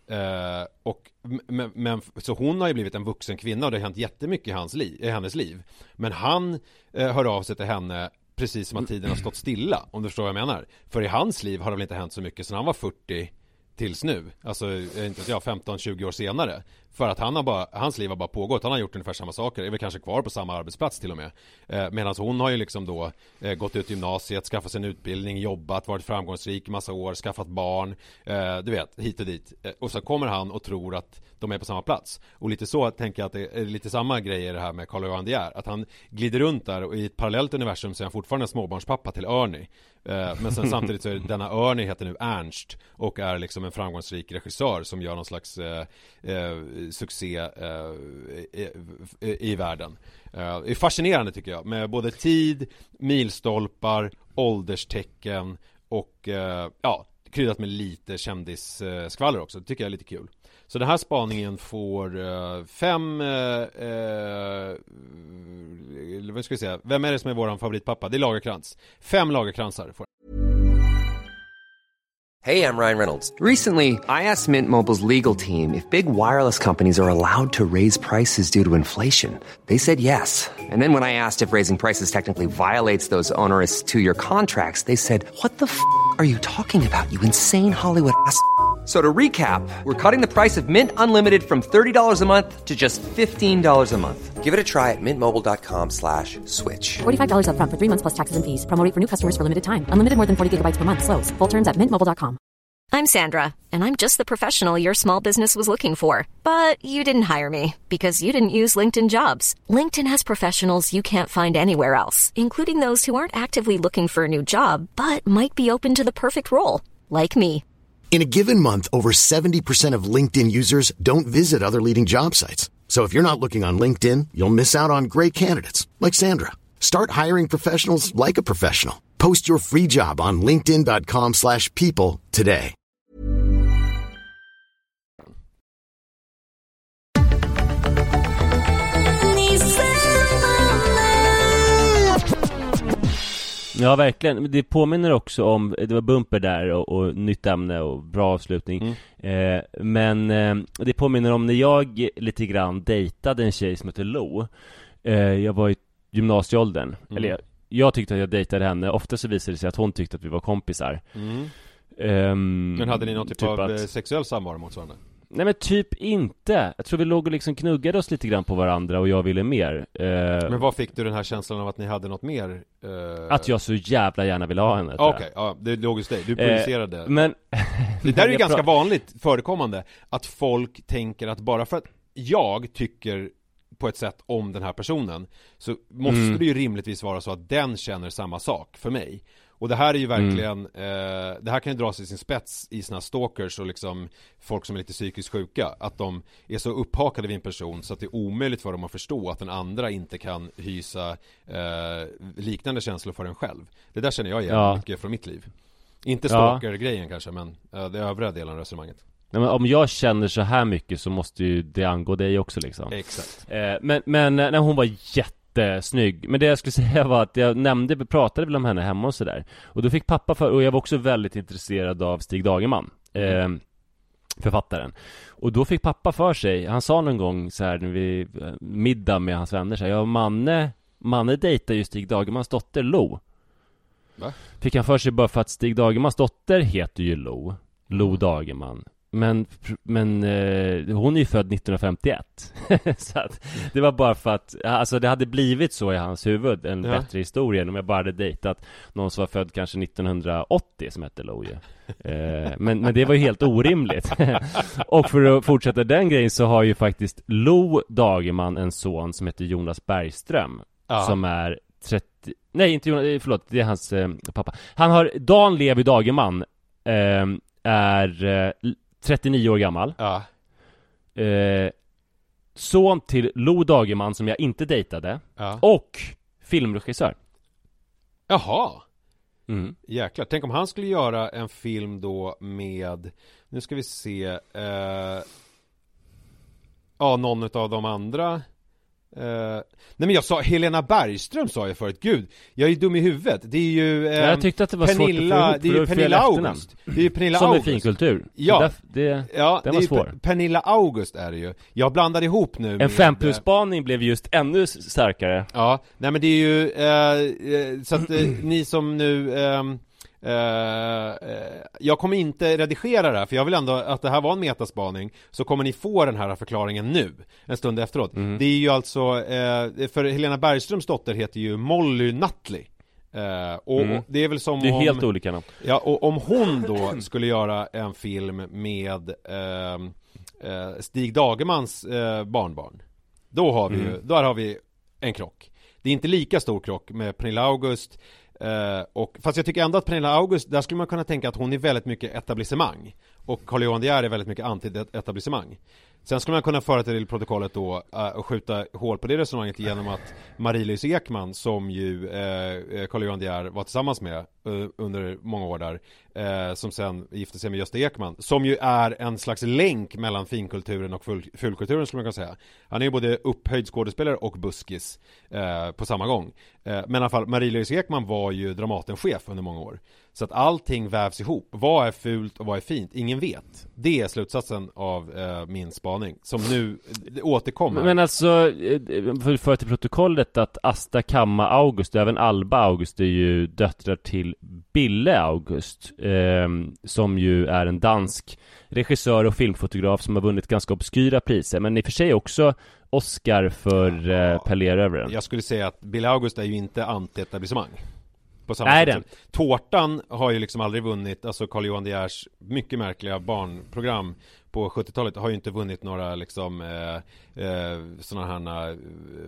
Eh, och, men, men, så hon har ju blivit en vuxen kvinna och det har hänt jättemycket i, hans liv, i hennes liv. Men han eh, hör av sig till henne precis som att tiden har stått stilla, om du förstår vad jag menar. För i hans liv har det väl inte hänt så mycket sedan han var fyrtio tills nu. Alltså, jag inte vet jag, femton tjugo år senare. För att han har bara, hans liv har bara pågått. Han har gjort ungefär samma saker. Är väl kanske kvar på samma arbetsplats till och med. Eh, Medan hon har ju liksom då eh, gått ut gymnasiet, skaffat sig en utbildning, jobbat, varit framgångsrik i massa år, skaffat barn. Eh, du vet, hit och dit. Eh, och så kommer han och tror att de är på samma plats. Och lite så tänker jag att det är lite samma grej i det här med Carl Johan De Geer. Att han glider runt där och i ett parallellt universum så är han fortfarande en småbarnspappa till Ernie. Eh, men sen samtidigt så är denna Ernie heter nu Ernst och är liksom en framgångsrik regissör som gör någon slags eh, eh, succé eh, i, i, i världen. Eh, det är fascinerande tycker jag, med både tid, milstolpar, ålderstecken och eh, ja, kryddat med lite kändisskvaller också. Det tycker jag är lite kul. Så den här spaningen får uh, fem uh, uh, vad ska vi säga? Vem är det som är våran favoritpappa? Det är Lagerkrans. Fem Lagerkransar får. Hey, I'm Ryan Reynolds. Recently, I asked Mint Mobile's legal team if big wireless companies are allowed to raise prices due to inflation. They said yes. And then when I asked if raising prices technically violates those onerous two-year contracts, they said, what the f*** are you talking about, you insane Hollywood ass f- So to recap, we're cutting the price of Mint Unlimited from thirty dollars a month to just fifteen dollars a month. Give it a try at mintmobile.com slash switch. forty-five dollars up front for three months plus taxes and fees. Promo rate for new customers for limited time. Unlimited more than forty gigabytes per month. Slows full terms at mint mobile dot com. I'm Sandra, and I'm just the professional your small business was looking for. But you didn't hire me because you didn't use LinkedIn Jobs. LinkedIn has professionals you can't find anywhere else, including those who aren't actively looking for a new job, but might be open to the perfect role, like me. In a given month, over seventy percent of LinkedIn users don't visit other leading job sites. So if you're not looking on LinkedIn, you'll miss out on great candidates like Sandra. Start hiring professionals like a professional. Post your free job on linkedin dot com slash people today. Ja, verkligen. Det påminner också om, det var bumper där och, och nytt ämne och bra avslutning. Mm. Eh, men eh, det påminner om när jag lite grann dejtade en tjej som heter Lo. Eh, jag var i gymnasieåldern. Mm. Eller jag, jag tyckte att jag dejtade henne. Ofta så visade det sig att hon tyckte att vi var kompisar. Mm. Um, men hade ni någon typ, typ av att... sexuell samvaro mot varandra? Nej, men typ inte. Jag tror vi låg och liksom knuggade oss lite grann på varandra och jag ville mer. Uh, men vad fick du den här känslan av att ni hade något mer? Uh... Att jag så jävla gärna ville ha henne. Okej, okay, ja, det låg hos dig. Du projicerade. Uh, men det där är ju ganska vanligt förekommande att folk tänker att bara för att jag tycker på ett sätt om den här personen så måste mm. det ju rimligtvis vara så att den känner samma sak för mig. Och det här är ju verkligen mm. eh, det här kan ju dra sig sin spets i sina stalkers och liksom folk som är lite psykiskt sjuka, att de är så upphakade vid en person så att det är omöjligt för dem att förstå att den andra inte kan hysa eh, liknande känslor för en själv. Det där känner jag igen ja. mycket från mitt liv. Inte stalker-grejen ja. kanske, men eh, det övriga delen av resonemanget. Nej, men om jag känner så här mycket så måste ju det angå dig också liksom. Exakt. Eh, men, men när hon var jättesnygg. Men det jag skulle säga var att jag nämnde, vi pratade väl om henne hemma och sådär. Och då fick pappa för, och jag var också väldigt intresserad av Stig Dagerman. Eh, författaren. Och då fick pappa för sig, han sa någon gång så här när vi middag med hans vänner så här, ja, Manne, Manne dejtar ju Stig Dagermans dotter Lo. Va? Fick han för sig bara för att Stig Dagermans dotter heter ju Lo. Lo Dagerman. Men, men eh, hon är ju född nittonhundrafemtioett. Så att det var bara för att, alltså det hade blivit så i hans huvud, en ja. bättre historia än om jag bara hade dejtat någon som var född kanske nittonhundraåttio som hette Lo. eh, men, men det var ju helt orimligt. Och för att fortsätta den grejen så har ju faktiskt Lo Dagerman en son som heter Jonas Bergström. Ja. Som är trettio, nej inte Jonas, förlåt, det är hans eh, pappa. Han har, Dan Levi Dagerman eh, är eh, trettionio år gammal. Ja. Eh, son till Lo Dagerman som jag inte dejtade. Ja. Och filmregissör. Jaha. Mm. Jäklar. Tänk om han skulle göra en film då med, nu ska vi se, eh, ja, någon av de andra. Uh, nej men jag sa Helena Bergström sa jag förut. Gud, jag är dum i huvudet. Det är ju um, jag tyckte att det var Pernilla, svårt att få ihop, det är ju Pernilla August. Det är ju Pernilla som August. Som är finkultur. Ja, det, det, ja, den det var är svår. Pernilla August är det ju. Jag blandade ihop nu. En fem plus spaning blev just ännu starkare. Ja, nej men det är ju uh, så att uh, ni som nu um, Uh, uh, jag kommer inte redigera det här, för jag vill ändå att det här var en metaspaning. Så kommer ni få den här förklaringen nu, en stund efteråt. mm. Det är ju alltså uh, för Helena Bergströms dotter heter ju Molly Nutley. Uh, och mm. det är väl som det är om, helt olika namn. Ja, och om hon då skulle göra en film med uh, uh, Stig Dagermans uh, barnbarn, då har vi mm. ju, där har vi en krock. Det är inte lika stor krock med Pernilla August. Uh, och, fast jag tycker ändå att Pernilla August, där skulle man kunna tänka att hon är väldigt mycket etablissemang och Carl Johan De Geer är väldigt mycket anti-etablissemang. Sen skulle man kunna föra till protokollet då uh, och skjuta hål på det resonemanget genom att Marie-Louise Ekman, som ju uh, Carl-Johan De Geer var tillsammans med uh, under många år där, uh, som sen gifte sig med Gösta Ekman, som ju är en slags länk mellan finkulturen och ful- fulkulturen skulle man kunna säga. Han är ju både upphöjd skådespelare och buskis uh, på samma gång. Uh, men i alla fall, Marie-Louise Ekman var ju Dramatenchef under många år. Så att allting vävs ihop. Vad är fult och vad är fint? Ingen vet. Det är slutsatsen av eh, min spaning, som nu återkommer. Men alltså, för, för till protokollet att Asta, Kamma, August och även Alba August är ju döttrar till Bille August, eh, som ju är en dansk regissör och filmfotograf som har vunnit ganska obskyra priser, men i och för sig också Oscar för eh, Per Lerövraren. Jag skulle säga att Bille August är ju inte anti-etablissemang. På samma Nej, sätt. Tårtan har ju liksom aldrig vunnit, alltså Carl-Johan De Geers mycket märkliga barnprogram på sjuttiotalet har ju inte vunnit några liksom eh, eh, sådana här eh,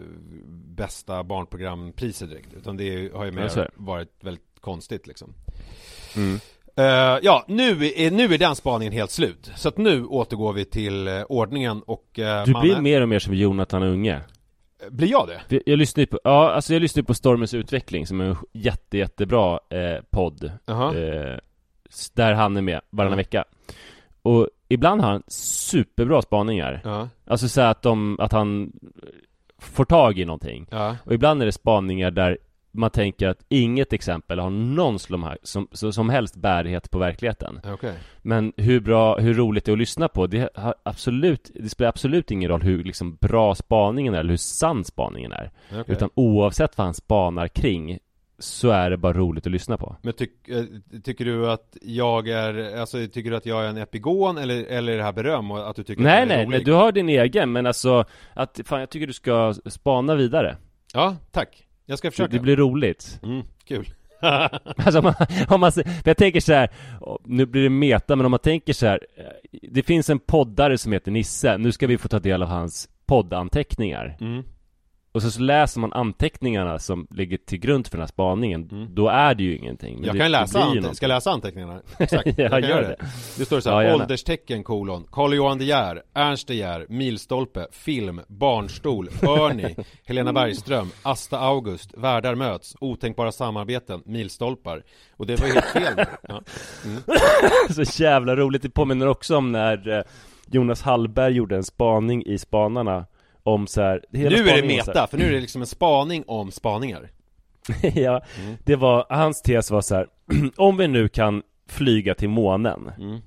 bästa barnprogrampriser direkt, utan det har ju mer varit väldigt konstigt liksom. Mm. Uh, ja, nu är, nu är den spaningen helt slut. Så att nu återgår vi till uh, ordningen och uh, du blir är... mer och mer som Jonathan Unge. Blir jag det? Jag lyssnar ju på, ja, alltså jag lyssnar på Stormens utveckling, som är en jätte, jättebra eh, podd. Uh-huh. eh, Där han är med varannan uh-huh. vecka. Och ibland har han superbra spaningar. Uh-huh. Alltså så att, de, att han får tag i någonting. Uh-huh. Och ibland är det spaningar där man tänker att inget exempel har någon som, som, som helst bärighet på verkligheten. Okay. Men hur bra, hur roligt det är att lyssna på, det, har absolut, det spelar absolut ingen roll hur liksom bra spaningen är eller hur sann spaningen är. Okay. Utan oavsett vad han spanar kring, så är det bara roligt att lyssna på. Men tyck, tycker du att jag är, alltså tycker du att jag är en epigon, eller, eller är det här beröm och att du tycker nej, att jag är nej, nej, du har din egen, men alltså att, fan, jag tycker du ska spana vidare. Ja, tack. Jag ska försöka. Det blir roligt. Mm, kul. Alltså om man, om man, jag tänker så här, nu blir det meta, men om man tänker så här, det finns en poddare som heter Nisse, nu ska vi få ta del av hans poddanteckningar. Mm. Och så, så läser man anteckningarna som ligger till grund för den här spaningen. Mm. Då är det ju ingenting. Men jag det, kan läsa det ante- ska jag läsa anteckningarna? Exakt. Jag jag gör det. det. Det står så här, ja, ålderstecken kolon, Carl-Johan De Geer, Ernst De Geer, Milstolpe, film, barnstol, Örni, Helena Bergström, Asta August, Världar möts, otänkbara samarbeten, milstolpar. Och det var helt fel. Ja. Mm. Så jävla roligt. Det påminner också om när Jonas Hallberg gjorde en spaning i Spanarna om så här, nu är det meta, för nu är det liksom en spaning om spaningar. Ja, mm. Det var, hans tes var så här, om vi nu kan flyga till månen, mm.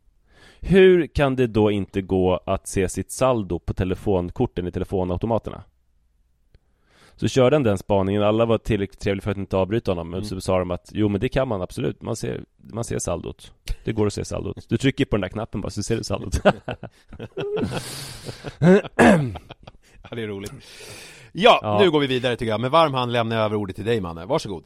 hur kan det då inte gå att se sitt saldo på telefonkorten i telefonautomaterna? Så körde den den spaningen, alla var tillräckligt trevliga för att inte avbryta honom, men mm. så sa de att jo, men det kan man absolut, man ser, man ser saldot. Det går att se saldot. Du trycker på den där knappen bara, så ser du saldot. Ja, det är roligt. Ja, ja, nu går vi vidare tycker jag. Med varm hand lämnar jag över ordet till dig, Manne. Varsågod.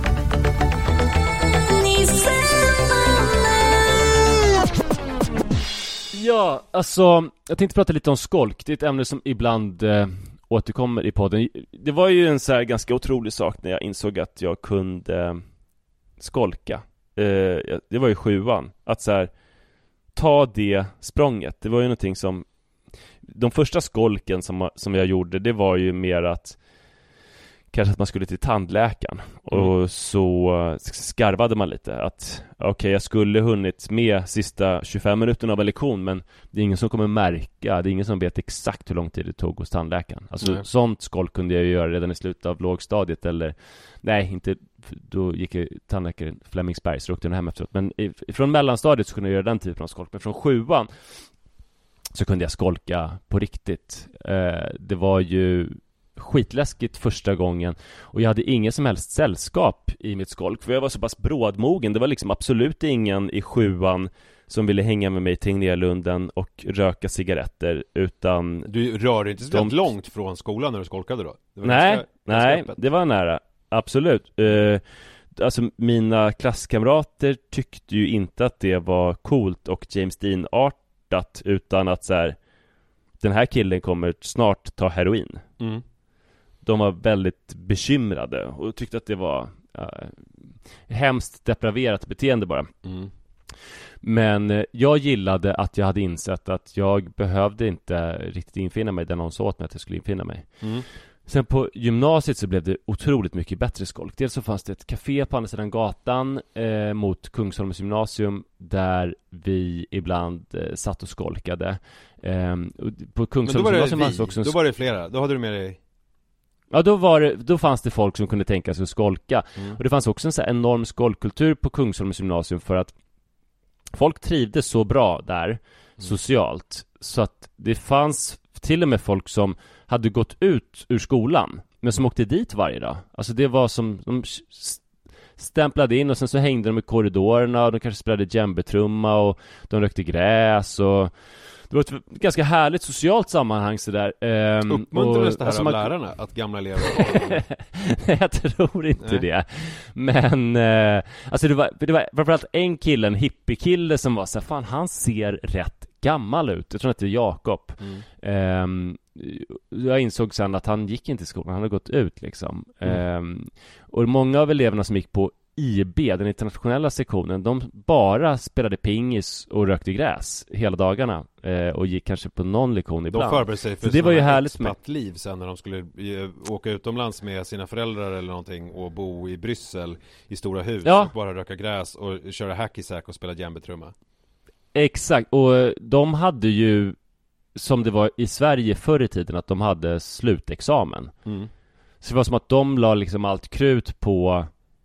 Ja, alltså jag tänkte prata lite om skolk. Det är ett ämne som ibland eh, återkommer i podden. Det var ju en så här ganska otrolig sak när jag insåg att jag kunde eh, skolka. Eh, det var ju sjuan. Att så här, ta det språnget. Det var ju någonting som, de första skolken som, som jag gjorde, det var ju mer att kanske att man skulle till tandläkaren. Mm. Och så skarvade man lite att okej, okay, jag skulle hunnit med sista tjugofem minuterna av en lektion, men det är ingen som kommer märka, det är ingen som vet exakt hur lång tid det tog hos tandläkaren. Alltså mm. sånt skolk kunde jag ju göra redan i slutet av lågstadiet, eller nej, inte, då gick jag tandläkaren Flemingsberg, så åkte jag hem efteråt. Men från mellanstadiet så kunde jag göra den typen av skolk, men från sjuan så kunde jag skolka på riktigt. Eh, det var ju skitläskigt första gången, och jag hade ingen som helst sällskap i mitt skolk, för jag var så pass brådmogen. Det var liksom absolut ingen i sjuan som ville hänga med mig till Tegnérlunden och röka cigaretter, utan du rör dig inte så de... långt från skolan när du skolkade då? Det var nej, ganska, nej, ganska det var nära, absolut. Uh, alltså mina klasskamrater tyckte ju inte att det var coolt och James Dean-artat, utan att så här, den här killen kommer snart ta heroin. Mm. De var väldigt bekymrade och tyckte att det var uh, hemskt depraverat beteende bara. Mm. Men jag gillade att jag hade insett att jag behövde inte riktigt infinna mig där någon sa åt mig att jag skulle infinna mig. Mm. Sen på gymnasiet så blev det otroligt mycket bättre skolk. Dels så fanns det ett café på andra sidan gatan eh, mot Kungsholmens gymnasium där vi ibland eh, satt och skolkade. Eh, på Kungsholmens gymnasium fanns också en... Då var det flera, då hade du med dig... Ja, då, var det, då fanns det folk som kunde tänka sig att skolka. Mm. Och det fanns också en så här enorm skolkkultur på Kungsholmens gymnasium för att folk trivdes så bra där mm. socialt. Så att det fanns till och med folk som hade gått ut ur skolan men som åkte dit varje dag. Alltså det var som de stämplade in och sen så hängde de i korridorerna och de kanske spelade djembetrumma och de rökte gräs och det var ett ganska härligt socialt sammanhang så där. Um, Uppmuntrades det här alltså av man... lärarna att gamla elever Nej, jag tror inte Nej. det. Men uh, alltså det var, det var framförallt en kille, en hippiekille som var så här, fan han ser rätt gammal ut. Jag tror att det är Jakob. Mm. Um, jag insåg sen att han gick inte i skolan, han hade gått ut liksom. Mm. Um, och många av eleverna som gick på I B, den internationella sektionen, de bara spelade pingis och rökte gräs hela dagarna eh, och gick kanske på någon lektion ibland. De förberedde sig för det var ju härligt med liv sen när de skulle eh, åka utomlands med sina föräldrar eller någonting och bo i Bryssel i stora hus ja. och bara röka gräs och köra hacky-sack och spela djembetrumma. Exakt, och de hade ju som det var i Sverige förr i tiden att de hade slutexamen. Mm. Så det var som att de la liksom allt krut på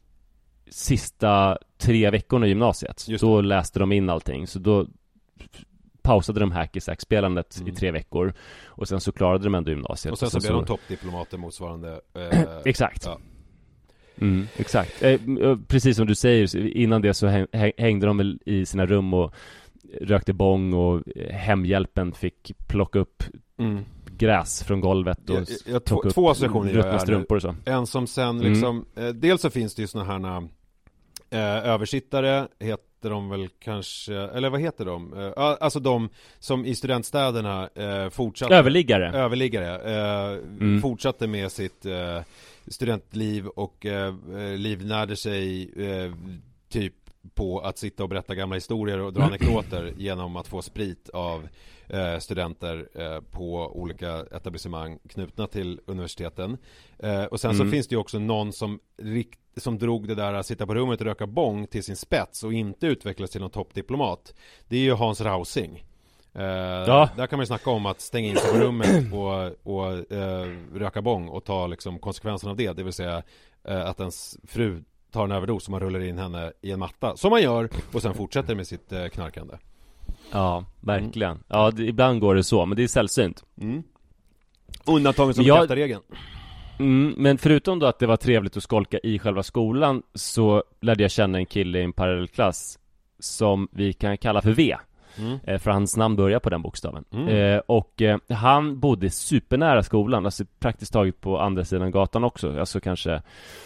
sista tre veckorna i gymnasiet. Då läste de in allting. Så då pausade de hacky-sack-spelandet mm. i tre veckor. Och sen så klarade de ändå gymnasiet. Och sen så, så blev de toppdiplomater motsvarande. Eh, exakt. Ja. Mm, exakt. Eh, precis som du säger, innan det så hängde de väl i sina rum och rökte bong och hemhjälpen fick plocka upp mm. gräs från golvet och jag, jag, två, två associationer ruttna strumpor och så. En som sen liksom mm. eh, dels så finns det ju såna här eh, översittare heter de väl kanske, eller vad heter de? Eh, alltså de som i studentstäderna eh, fortsatte överliggare. Överliggare eh, mm. fortsatte med sitt eh, studentliv och eh, livnärde sig eh, typ på att sitta och berätta gamla historier och dra anekdoter genom att få sprit av eh, studenter eh, på olika etablissemang knutna till universiteten. Eh, och sen mm. så finns det ju också någon som, rikt, som drog det där att sitta på rummet och röka bong till sin spets och inte utvecklas till någon toppdiplomat. Det är ju Hans Rausing. Eh, ja. Där kan man ju snacka om att stänga in sig på rummet och, och eh, röka bong och ta liksom konsekvenserna av det. Det vill säga eh, att ens fru tar en överdos som man rullar in henne i en matta. Som man gör och sen fortsätter med sitt eh, knarkande. Ja, verkligen. Mm. Ja, det, ibland går det så, men det är sällsynt. Mm. Undantagen som bekräftar regeln. Mm, men förutom då att det var trevligt att skolka i själva skolan så lärde jag känna en kille i en parallellklass som vi kan kalla för V. Mm. Eh, för hans namn börjar på den bokstaven. Mm. Eh, och eh, han bodde supernära skolan, alltså praktiskt taget på andra sidan gatan också. Alltså kanske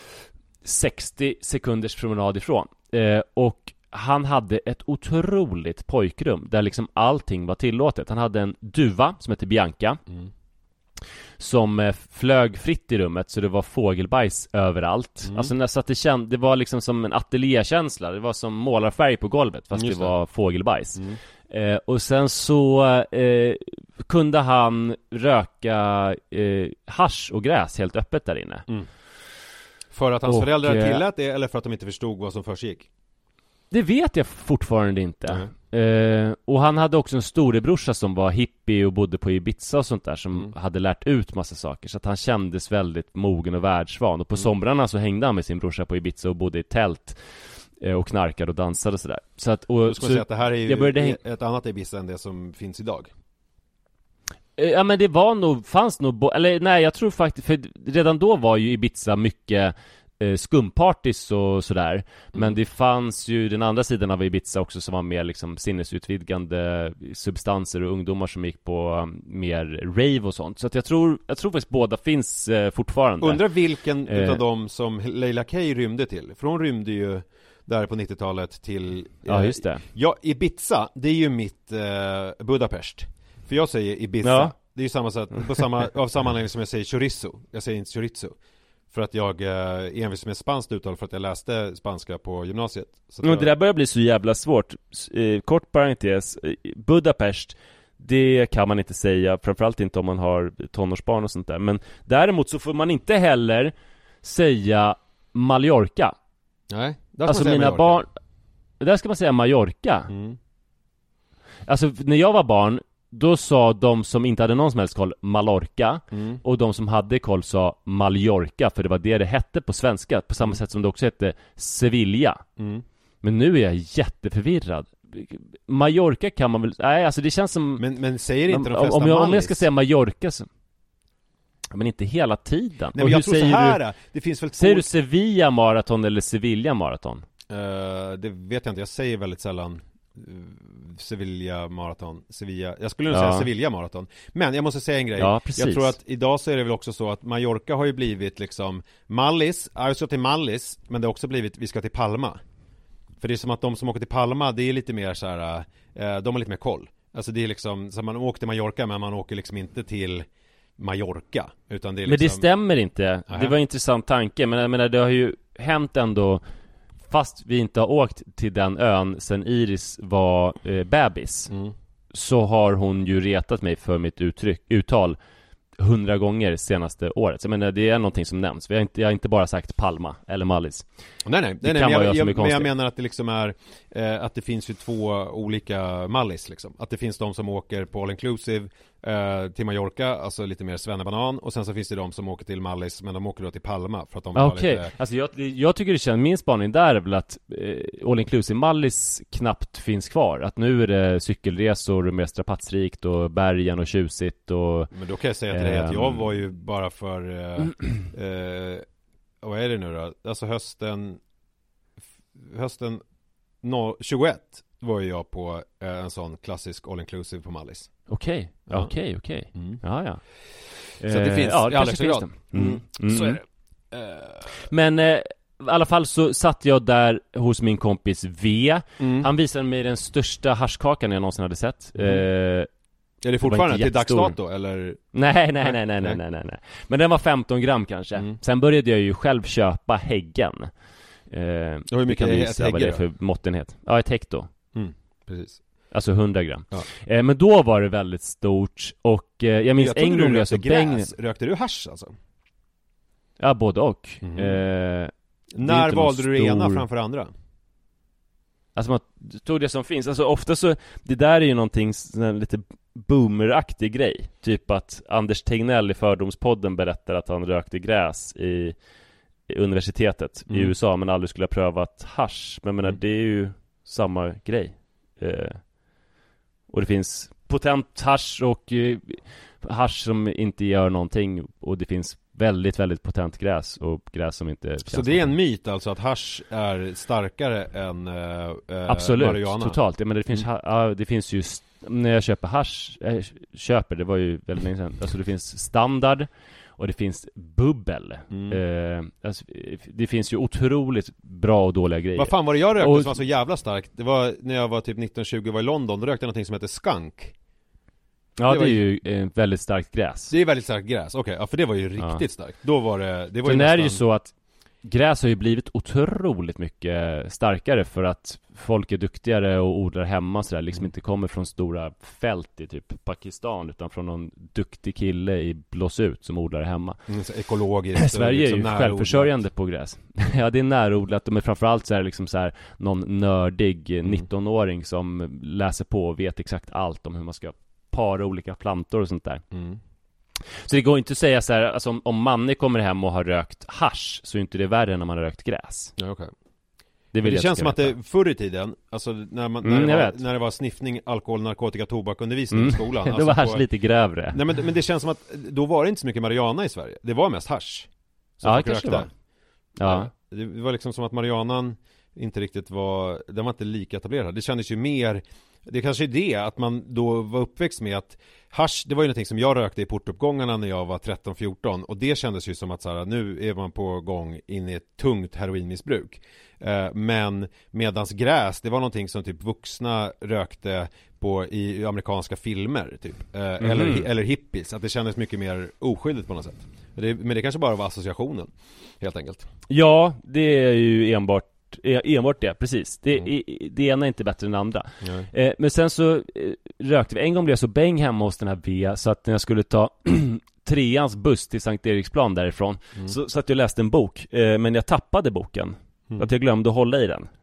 sextio sekunders promenad ifrån. Eh, och han hade ett otroligt pojkrum där liksom allting var tillåtet. Han hade en duva som heter Bianca. Mm. Som eh, flög fritt i rummet så det var fågelbajs överallt. Mm. Alltså när så att det, känd, det var liksom som en ateljékänsla. Det var som målarfärg på golvet fast Just det var det. fågelbajs. Mm. Eh, och sen så eh, kunde han röka eh, hasch och gräs helt öppet där inne. Mm. För att hans och, föräldrar tillät det eller för att de inte förstod vad som försiggick? Det vet jag fortfarande inte. Mm. Eh, och han hade också en storebrorsa som var hippie och bodde på Ibiza och sånt där som mm. hade lärt ut massa saker. Så att han kändes väldigt mogen och världsvan. Och på mm. somrarna så hängde han med sin brorsa på Ibiza och bodde i tält eh, och knarkade och dansade och sådär. Så att, och, du ska så, säga att det här är ju jag började häng... ett annat Ibiza än det som finns idag. Eh, ja men det var nog, fanns nog, bo- eller nej jag tror faktiskt, för redan då var ju Ibiza mycket skumpartys och sådär. Mm. Men det fanns ju den andra sidan av Ibiza också som var mer liksom sinnesutvidgande substanser och ungdomar som gick på mer rave och sånt. Så att jag tror jag tror faktiskt båda finns eh, fortfarande. Undrar vilken eh. utav dem som Leila K rymde till. För hon rymde ju där på nittiotalet till eh, ja, just det. Ja, Ibiza, det är ju mitt eh, Budapest. För jag säger Ibiza. Ja. Det är ju samma sätt på samma av samma anledning som jag säger chorizo. Jag säger inte chorizo. För att jag eh, envis med spanskt uttal för att jag läste spanska på gymnasiet. Så Men jag... det där börjar bli så jävla svårt. eh, Kort parentes, eh, Budapest, det kan man inte säga, framförallt inte om man har tonårsbarn och sånt där. Men däremot så får man inte heller säga Mallorca. Nej, där ska Alltså man säga mina Mallorca. barn, där ska man säga Mallorca. Mm. Alltså när jag var barn, då sa de som inte hade någon som helst koll Mallorca, Mm. och de som hade koll sa Mallorca, för det var det det hette på svenska, på samma sätt som det också hette Sevilla. Mm. Men nu är jag jätteförvirrad. Mallorca kan man väl... Nej, alltså det känns som... Men, men säger inte de om, flesta om, jag, om jag Mallis? ska säga Mallorca så... Men inte hela tiden. Nej, Och men jag hur tror så säger här, du, det finns väl två... säger du Sevilla maraton eller Sevilla maraton? Uh, det vet jag inte, jag säger väldigt sällan uh, Sevilla maraton, Sevilla. Jag skulle nog Ja. säga Sevilla maraton. Men jag måste säga en grej. Ja, precis. Jag tror att idag så är det väl också så att Mallorca har ju blivit liksom Mallis, ja, jag ska till Mallis, men det har också blivit vi ska till Palma. För det är som att de som åker till Palma, det är lite mer så här, uh, de har lite mer koll. Alltså det är liksom, så man åker till Mallorca men man åker liksom inte till Mallorca, utan det är liksom... Men det stämmer inte. Aha. Det var en intressant tanke, men jag menar, det har ju hänt ändå, fast vi inte har åkt till den ön sen Iris var eh, bebis, Mm. så har hon ju retat mig för mitt uttryck, uttal hundra gånger senaste året. Så jag menar, det är någonting som nämns. Vi har inte, jag har inte bara sagt Palma eller Mallis. Nej, nej, Det nej, kan nej vara jag, jag som är jag, men jag konstig. menar att det liksom är eh, att det finns ju två olika Mallis liksom. Att det finns de som åker på all inclusive eh, till Mallorca, alltså lite mer svennebanan, och sen så finns det de som åker till Mallis, men de åker då till Palma för att de vill ha Okej, lite... alltså jag, jag tycker det känns, min spaning där är väl att eh, all inclusive Mallis knappt finns kvar. Att nu är det cykelresor mer strapatsrikt och bergen och tjusigt och... Men då kan jag säga till dig att jag Ehm. var ju bara för eh, eh, vad är det nu då? Alltså hösten hösten no, tjugoett var ju jag på eh, en sån klassisk all inclusive på Mallis. Okej, Ja. okej, okej. Mm. Ja, ja. Så det Eh, finns ja, i det allra kanske högsta finns grad. det. Mm. Mm. Mm. Så är det. Eh, Men eh, i alla fall så satt jag där hos min kompis V. Mm. Han visade mig den största haschkakan jag någonsin hade sett. Mm. Eh, Är det fortfarande inte till dags jättestor. dato eller? nej, nej, nej, nej, nej, nej, nej, nej. Men den var femton gram kanske. Mm. Sen började jag ju själv köpa häggen. Eh, hur mycket det kan är du ett gissa vad hägge det är då? för måttenhet. Ja, ett häck då. Mm, precis. Alltså hundra gram. Ja. Eh, men då var det väldigt stort. Och eh, jag minns Jag trodde en du gång när jag rökte såg Bengt. gräs. Rökte du hasch alltså? Ja, både och. Mhm. Eh, När inte någon valde du det ena stor- framför andra? Alltså man tog det som finns. Alltså ofta så, det där är ju någonting sån här lite boomeraktig grej. Typ att Anders Tegnell i Fördomspodden berättar att han rökte gräs i, i universitetet Mm. i U S A, men aldrig skulle ha prövat hasch. Men jag menar, Mm. det är ju samma grej. Eh, och det finns potent hasch och eh, hasch som inte gör någonting, och det finns väldigt, väldigt potent gräs och gräs som inte Så det är en myt alltså att hasch är starkare än äh, Absolut, marijuana? totalt. Ja, men det finns, Mm. ha, ja, det finns ju st- när jag köper hasch, jag köper, det var ju väldigt länge sedan. Alltså det finns standard och det finns bubbel. Mm. Eh, alltså, det finns ju otroligt bra och dåliga grejer. Vad fan var det jag rökte Och- som var så jävla starkt? Det var när jag var typ nitton tjugo, var i London, då rökte jag någonting som heter skunk. Ja, det det, var är ju- ju eh, väldigt starkt gräs. Det är väldigt starkt gräs, okej, ja, för det var ju riktigt Ja. starkt. Då var det, det var ju Sen är det ju nästan... så att gräs har ju blivit otroligt mycket starkare för att folk är duktigare och odlar hemma så där, liksom Mm. inte kommer från stora fält i typ Pakistan, utan från någon duktig kille i Blåsut som odlar hemma. Mm, så ekologiskt. Sverige är liksom ju närodlat. självförsörjande på gräs. Ja, det är närodlat, men framförallt så är det liksom så här någon nördig Mm. nittonåring som läser på och vet exakt allt om hur man ska para olika plantor och sånt där. Mm. Så det går inte att säga så här, alltså om, om Manne kommer hem och har rökt hasch, så är inte det värre än när man har rökt gräs. Ja, okej. Det, Men vill det jag känns ska som att veta. det förr i tiden, alltså när, man, när, Mm, det, jag var, vet. när det var sniffning, alkohol, narkotika, tobakundervisning Mm. i skolan. Då alltså var hasch på- lite grövre. Nej men, men det känns som att då var det inte så mycket marijuana i Sverige. Det var mest hasch som Ja, folk kanske rökte. det var. Ja. Det var liksom som att marijuanan inte riktigt var, den var inte lika etablerad. Det kändes ju mer, det kanske är det att man då var uppväxt med att hasch, det var ju någonting som jag rökte i portuppgångarna när jag var tretton fjorton, och det kändes ju som att så här, nu är man på gång in i ett tungt heroinmissbruk. Eh, men medans gräs, det var någonting som typ vuxna rökte på på i, i amerikanska filmer typ. Eh, Mm. eller, eller hippies. Att det kändes mycket mer oskyldigt på något sätt. Det, men det kanske bara var associationen, helt enkelt. Ja, det är ju enbart enbart det, precis. Det, Mm. det ena är inte bättre än det andra. Nej. Eh, men sen så eh, rökte vi. En gång blev jag så bäng hemma hos den här V, så att när jag skulle ta treans buss till Sankt Eriksplan därifrån, Mm. så, så att jag läste en bok, eh, men jag tappade boken. Mm. Att jag glömde att hålla i den.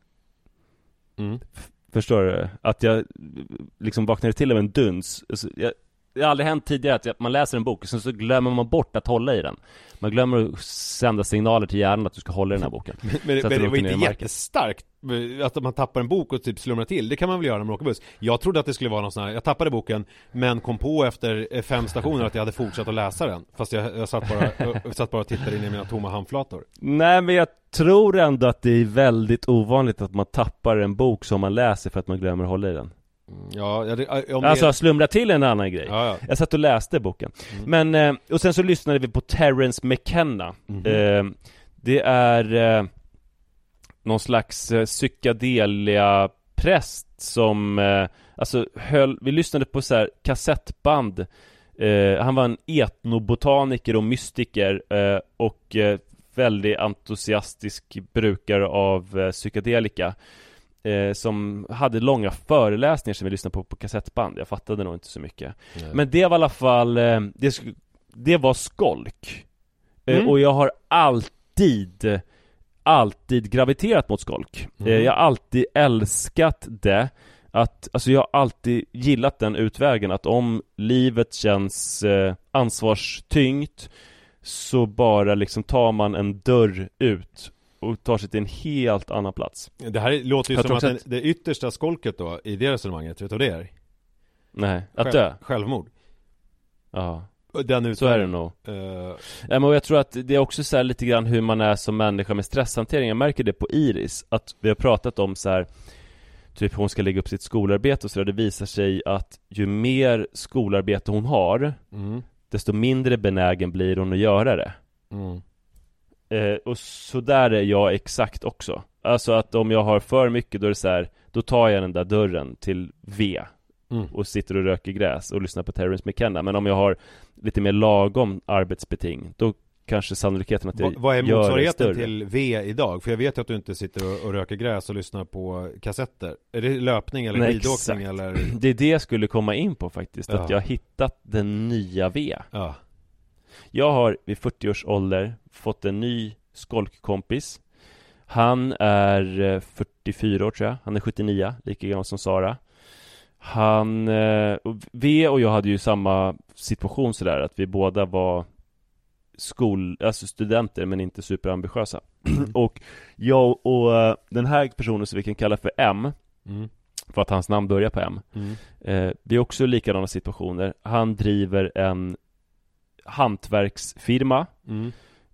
Mm. Förstår du? Att jag liksom vaknade till av en duns. Så jag, det har aldrig hänt tidigare att man läser en bok och sen så glömmer man bort att hålla i den. Man glömmer att sända signaler till hjärnan att du ska hålla i den här boken. Men, men, Så att men den det var åker ner i inte marken. jättestarkt att man tappar en bok och typ slumrar till. Det kan man väl göra när man åker buss. Jag trodde att det skulle vara någon sån här, jag tappade boken men kom på efter fem stationer att jag hade fortsatt att läsa den. Fast jag, jag satt bara jag satt bara och tittade in i mina tomma handflator. Nej, men jag tror ändå att det är väldigt ovanligt att man tappar en bok som man läser för att man glömmer att hålla i den. Ja, ja det, om det... Alltså slumra till en annan grej. Ja, ja. Jag satt och läste boken. Mm. Men, eh, och sen så lyssnade vi på Terence McKenna. Mhm. eh, Det är eh, någon slags eh, psykedelia präst som eh, alltså höll, vi lyssnade på så här kassettband. eh, Han var en etnobotaniker och mystiker, eh, och eh, väldigt entusiastisk brukare av eh, psykedelika. Eh, som hade långa föreläsningar som vi lyssnade på på kassettband. Jag fattade nog inte så mycket. Nej. Men det var i alla fall eh, det, sk- det var skolk. eh, Mm. Och jag har alltid Alltid graviterat mot skolk. Mm. eh, Jag har alltid älskat det. Att, alltså jag har alltid gillat den utvägen. Att om livet känns eh, ansvarstyngt, så bara liksom tar man en dörr ut och tar sig till en helt annan plats. Det här låter ju Jag som tror att också den, det yttersta skolket då i det resonemanget, vet du vad det är? Nej, att Själv- dö. Självmord. Ja, Den så är det nog. Uh, Ja, men jag tror att det är också så här lite grann hur man är som människa med stresshantering. Jag märker det på Iris, att vi har pratat om så här, typ hon ska lägga upp sitt skolarbete och så där. Det visar sig att ju mer skolarbete hon har, mm, desto mindre benägen blir hon att göra det. mm. eh, Och så där är jag exakt också. Alltså att om jag har för mycket, då är det så här, då tar jag den där dörren till V Mm. och sitter och röker gräs och lyssnar på Terence McKenna. Men om jag har lite mer lagom arbetsbeting, då kanske sannolikheten att jag Va, vad är gör det motsvarigheten större. till V idag? För jag vet att du inte sitter och, och röker gräs och lyssnar på kassetter. Är det löpning eller Nej, skidåkning exakt. eller? Det är det jag skulle komma in på faktiskt. Ja. Att jag har hittat den nya V. Ja. Jag har vid fyrtio års ålder fått en ny skolkkompis. Han är eh, fyrtiofyra år tror jag. Han är sjuttionio, lika gammal som Sara. Han, eh, och V och jag hade ju samma situation sådär, att vi båda var skol, alltså studenter men inte superambitiösa. Och jag och eh, den här personen som vi kan kalla för M, Mm. för att hans namn börjar på M. Mm. Eh, det är också likadana situationer. Han driver en hantverksfirma Mm.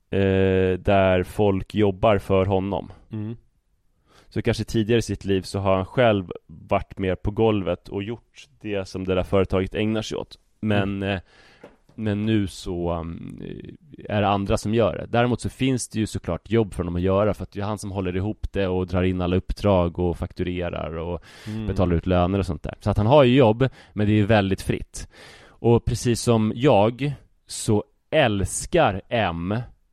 eh, där folk jobbar för honom. Mm. Så kanske tidigare i sitt liv så har han själv varit mer på golvet och gjort det som det där företaget ägnar sig åt. Men, eh, men nu så um, är det andra som gör det. Däremot så finns det ju såklart jobb för honom att göra, för att det är han som håller ihop det och drar in alla uppdrag och fakturerar och Mm. betalar ut löner och sånt där. Så att han har ju jobb, men det är ju väldigt fritt. Och precis som jag så älskar M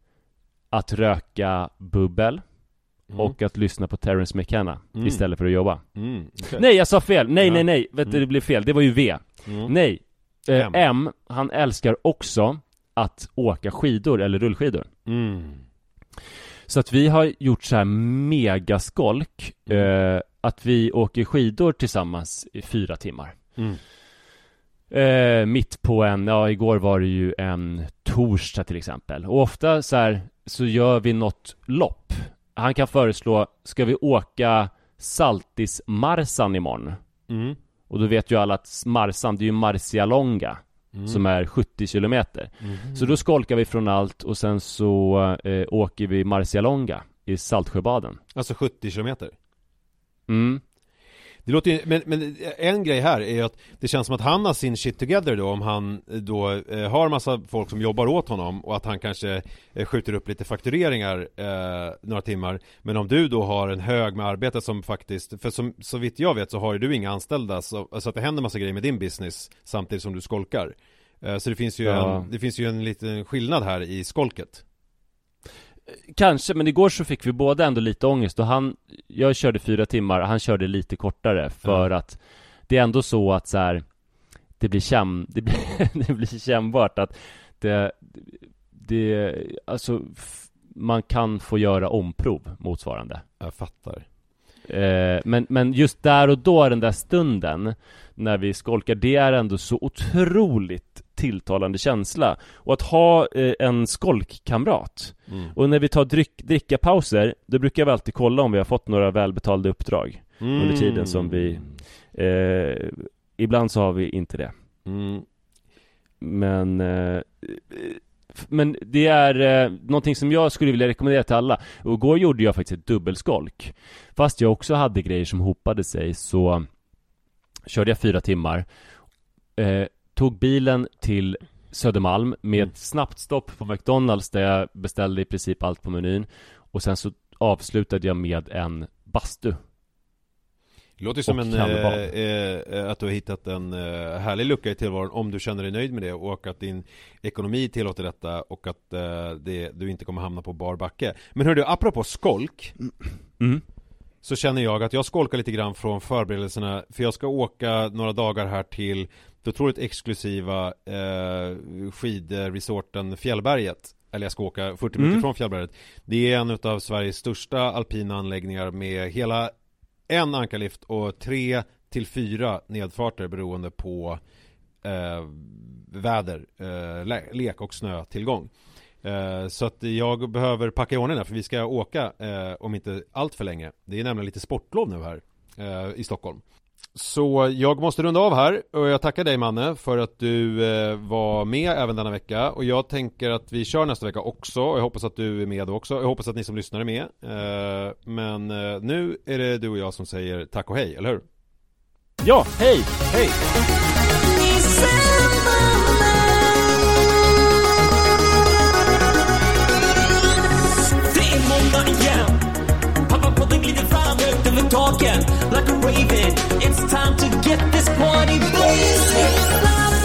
att röka bubbel Mm. och att lyssna på Terence McKenna Mm. istället för att jobba. Mm. Okay. Nej, jag sa fel. Nej, Ja. nej, nej. Vet du, Mm. det blev fel. Det var ju V. Mm. Nej. Eh, M. M, han älskar också att åka skidor eller rullskidor. Mm. Så att vi har gjort så här megaskolk. Mm. Eh, att vi åker skidor tillsammans i fyra timmar. Mm. Eh, mitt på en, ja igår var det ju en torsdag till exempel. Och ofta så här så gör vi något lopp. Han kan föreslå, ska vi åka Saltismarsan imorgon? Mm. Och då vet ju alla att Marsan, det är ju Marcialonga Mm. som är sjuttio kilometer. Mm. Så då skolkar vi från allt och sen så eh, åker vi Marcialonga i Saltsjöbaden. Alltså sjuttio kilometer. Mm. Det låter ju, men, men en grej här är ju att det känns som att han har sin shit together då, om han då eh, har massa folk som jobbar åt honom och att han kanske eh, skjuter upp lite faktureringar eh, några timmar. Men om du då har en hög med arbete som faktiskt, för som, så vitt jag vet så har ju du inga anställda, så, så att det händer massa grejer med din business samtidigt som du skolkar. Eh, så det finns ju, ja. en, det finns ju en liten skillnad här i skolket. Kanske, men igår så fick vi båda ändå lite ångest och han, jag körde fyra timmar, han körde lite kortare för mm. att det är ändå så att så här, det blir käm, det blir, det blir kännbart att det, det, alltså man kan få göra omprov motsvarande. Jag fattar. Eh, men, men just där och då, den där stunden när vi skolkar, det är ändå så otroligt tilltalande känsla. Och att ha eh, en skolkkamrat. Mm. Och när vi tar dryck, drickapauser, då brukar vi alltid kolla om vi har fått några välbetalda uppdrag mm. under tiden som vi eh, ibland så har vi inte det. Mm. Men eh, men det är eh, någonting som jag skulle vilja rekommendera till alla. Och igår gjorde jag faktiskt ett dubbelskolk. Fast jag också hade grejer som hopade sig, så körde jag fyra timmar. Eh, tog bilen till Södermalm med mm. snabbt stopp på McDonalds där jag beställde i princip allt på menyn. Och sen så avslutade jag med en bastu. Det låter som en, eh, eh, att du har hittat en eh, härlig lucka i tillvaron om du känner dig nöjd med det och att din ekonomi tillåter detta och att eh, det, du inte kommer hamna på bar backe. Men hör du, apropå skolk mm. så känner jag att jag skolkar lite grann från förberedelserna, för jag ska åka några dagar här till det otroligt exklusiva eh, skidresorten Fjällberget. Eller jag ska åka fyrtio minuter mm. från Fjällberget. Det är en av Sveriges största alpina anläggningar med hela en ankarlift och tre till fyra nedfarter beroende på eh, väder, eh, le- lek och snötillgång. Eh, så att jag behöver packa i ordning där, för vi ska åka eh, om inte allt för länge. Det är nämligen lite sportlov nu här eh, i Stockholm. Så jag måste runda av här och jag tackar dig, Manne, för att du eh, var med även denna vecka. Och jag tänker att vi kör nästa vecka också och jag hoppas att du är med också. Jag hoppas att ni som lyssnar är med. Eh, men eh, nu är det du och jag som säger tack och hej, eller hur? Ja, hej! Hej! Det är måndag igen. Pappa på den glider fram högt över taken like a raven. It's time to get this party blazing.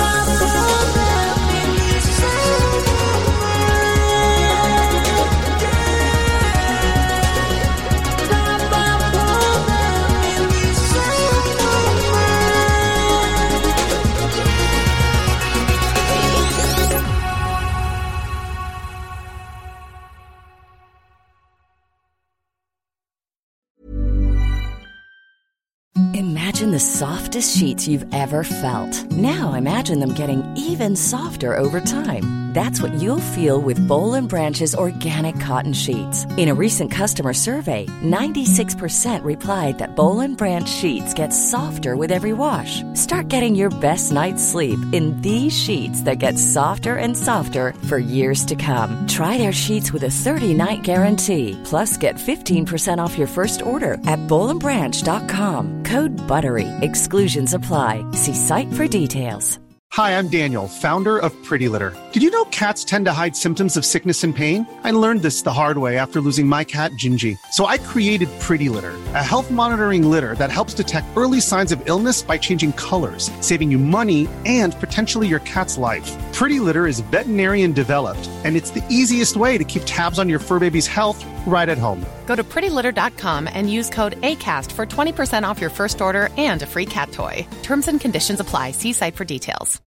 Imagine the softest sheets you've ever felt. Now imagine them getting even softer over time. That's what you'll feel with Boll and Branch's organic cotton sheets. In a recent customer survey, ninety-six percent replied that Boll and Branch sheets get softer with every wash. Start getting your best night's sleep in these sheets that get softer and softer for years to come. Try their sheets with a thirty-night guarantee. Plus, get fifteen percent off your first order at boll and branch dot com. Code BUTTERY. Exclusions apply. See site for details. Hi, I'm Daniel, founder of Pretty Litter. Did you know cats tend to hide symptoms of sickness and pain? I learned this the hard way after losing my cat, Gingy. So I created Pretty Litter, a health monitoring litter that helps detect early signs of illness by changing colors, saving you money and potentially your cat's life. Pretty Litter is veterinarian developed, and it's the easiest way to keep tabs on your fur baby's health right at home. Go to pretty litter dot com and use code ACAST for twenty percent off your first order and a free cat toy. Terms and conditions apply. See site for details.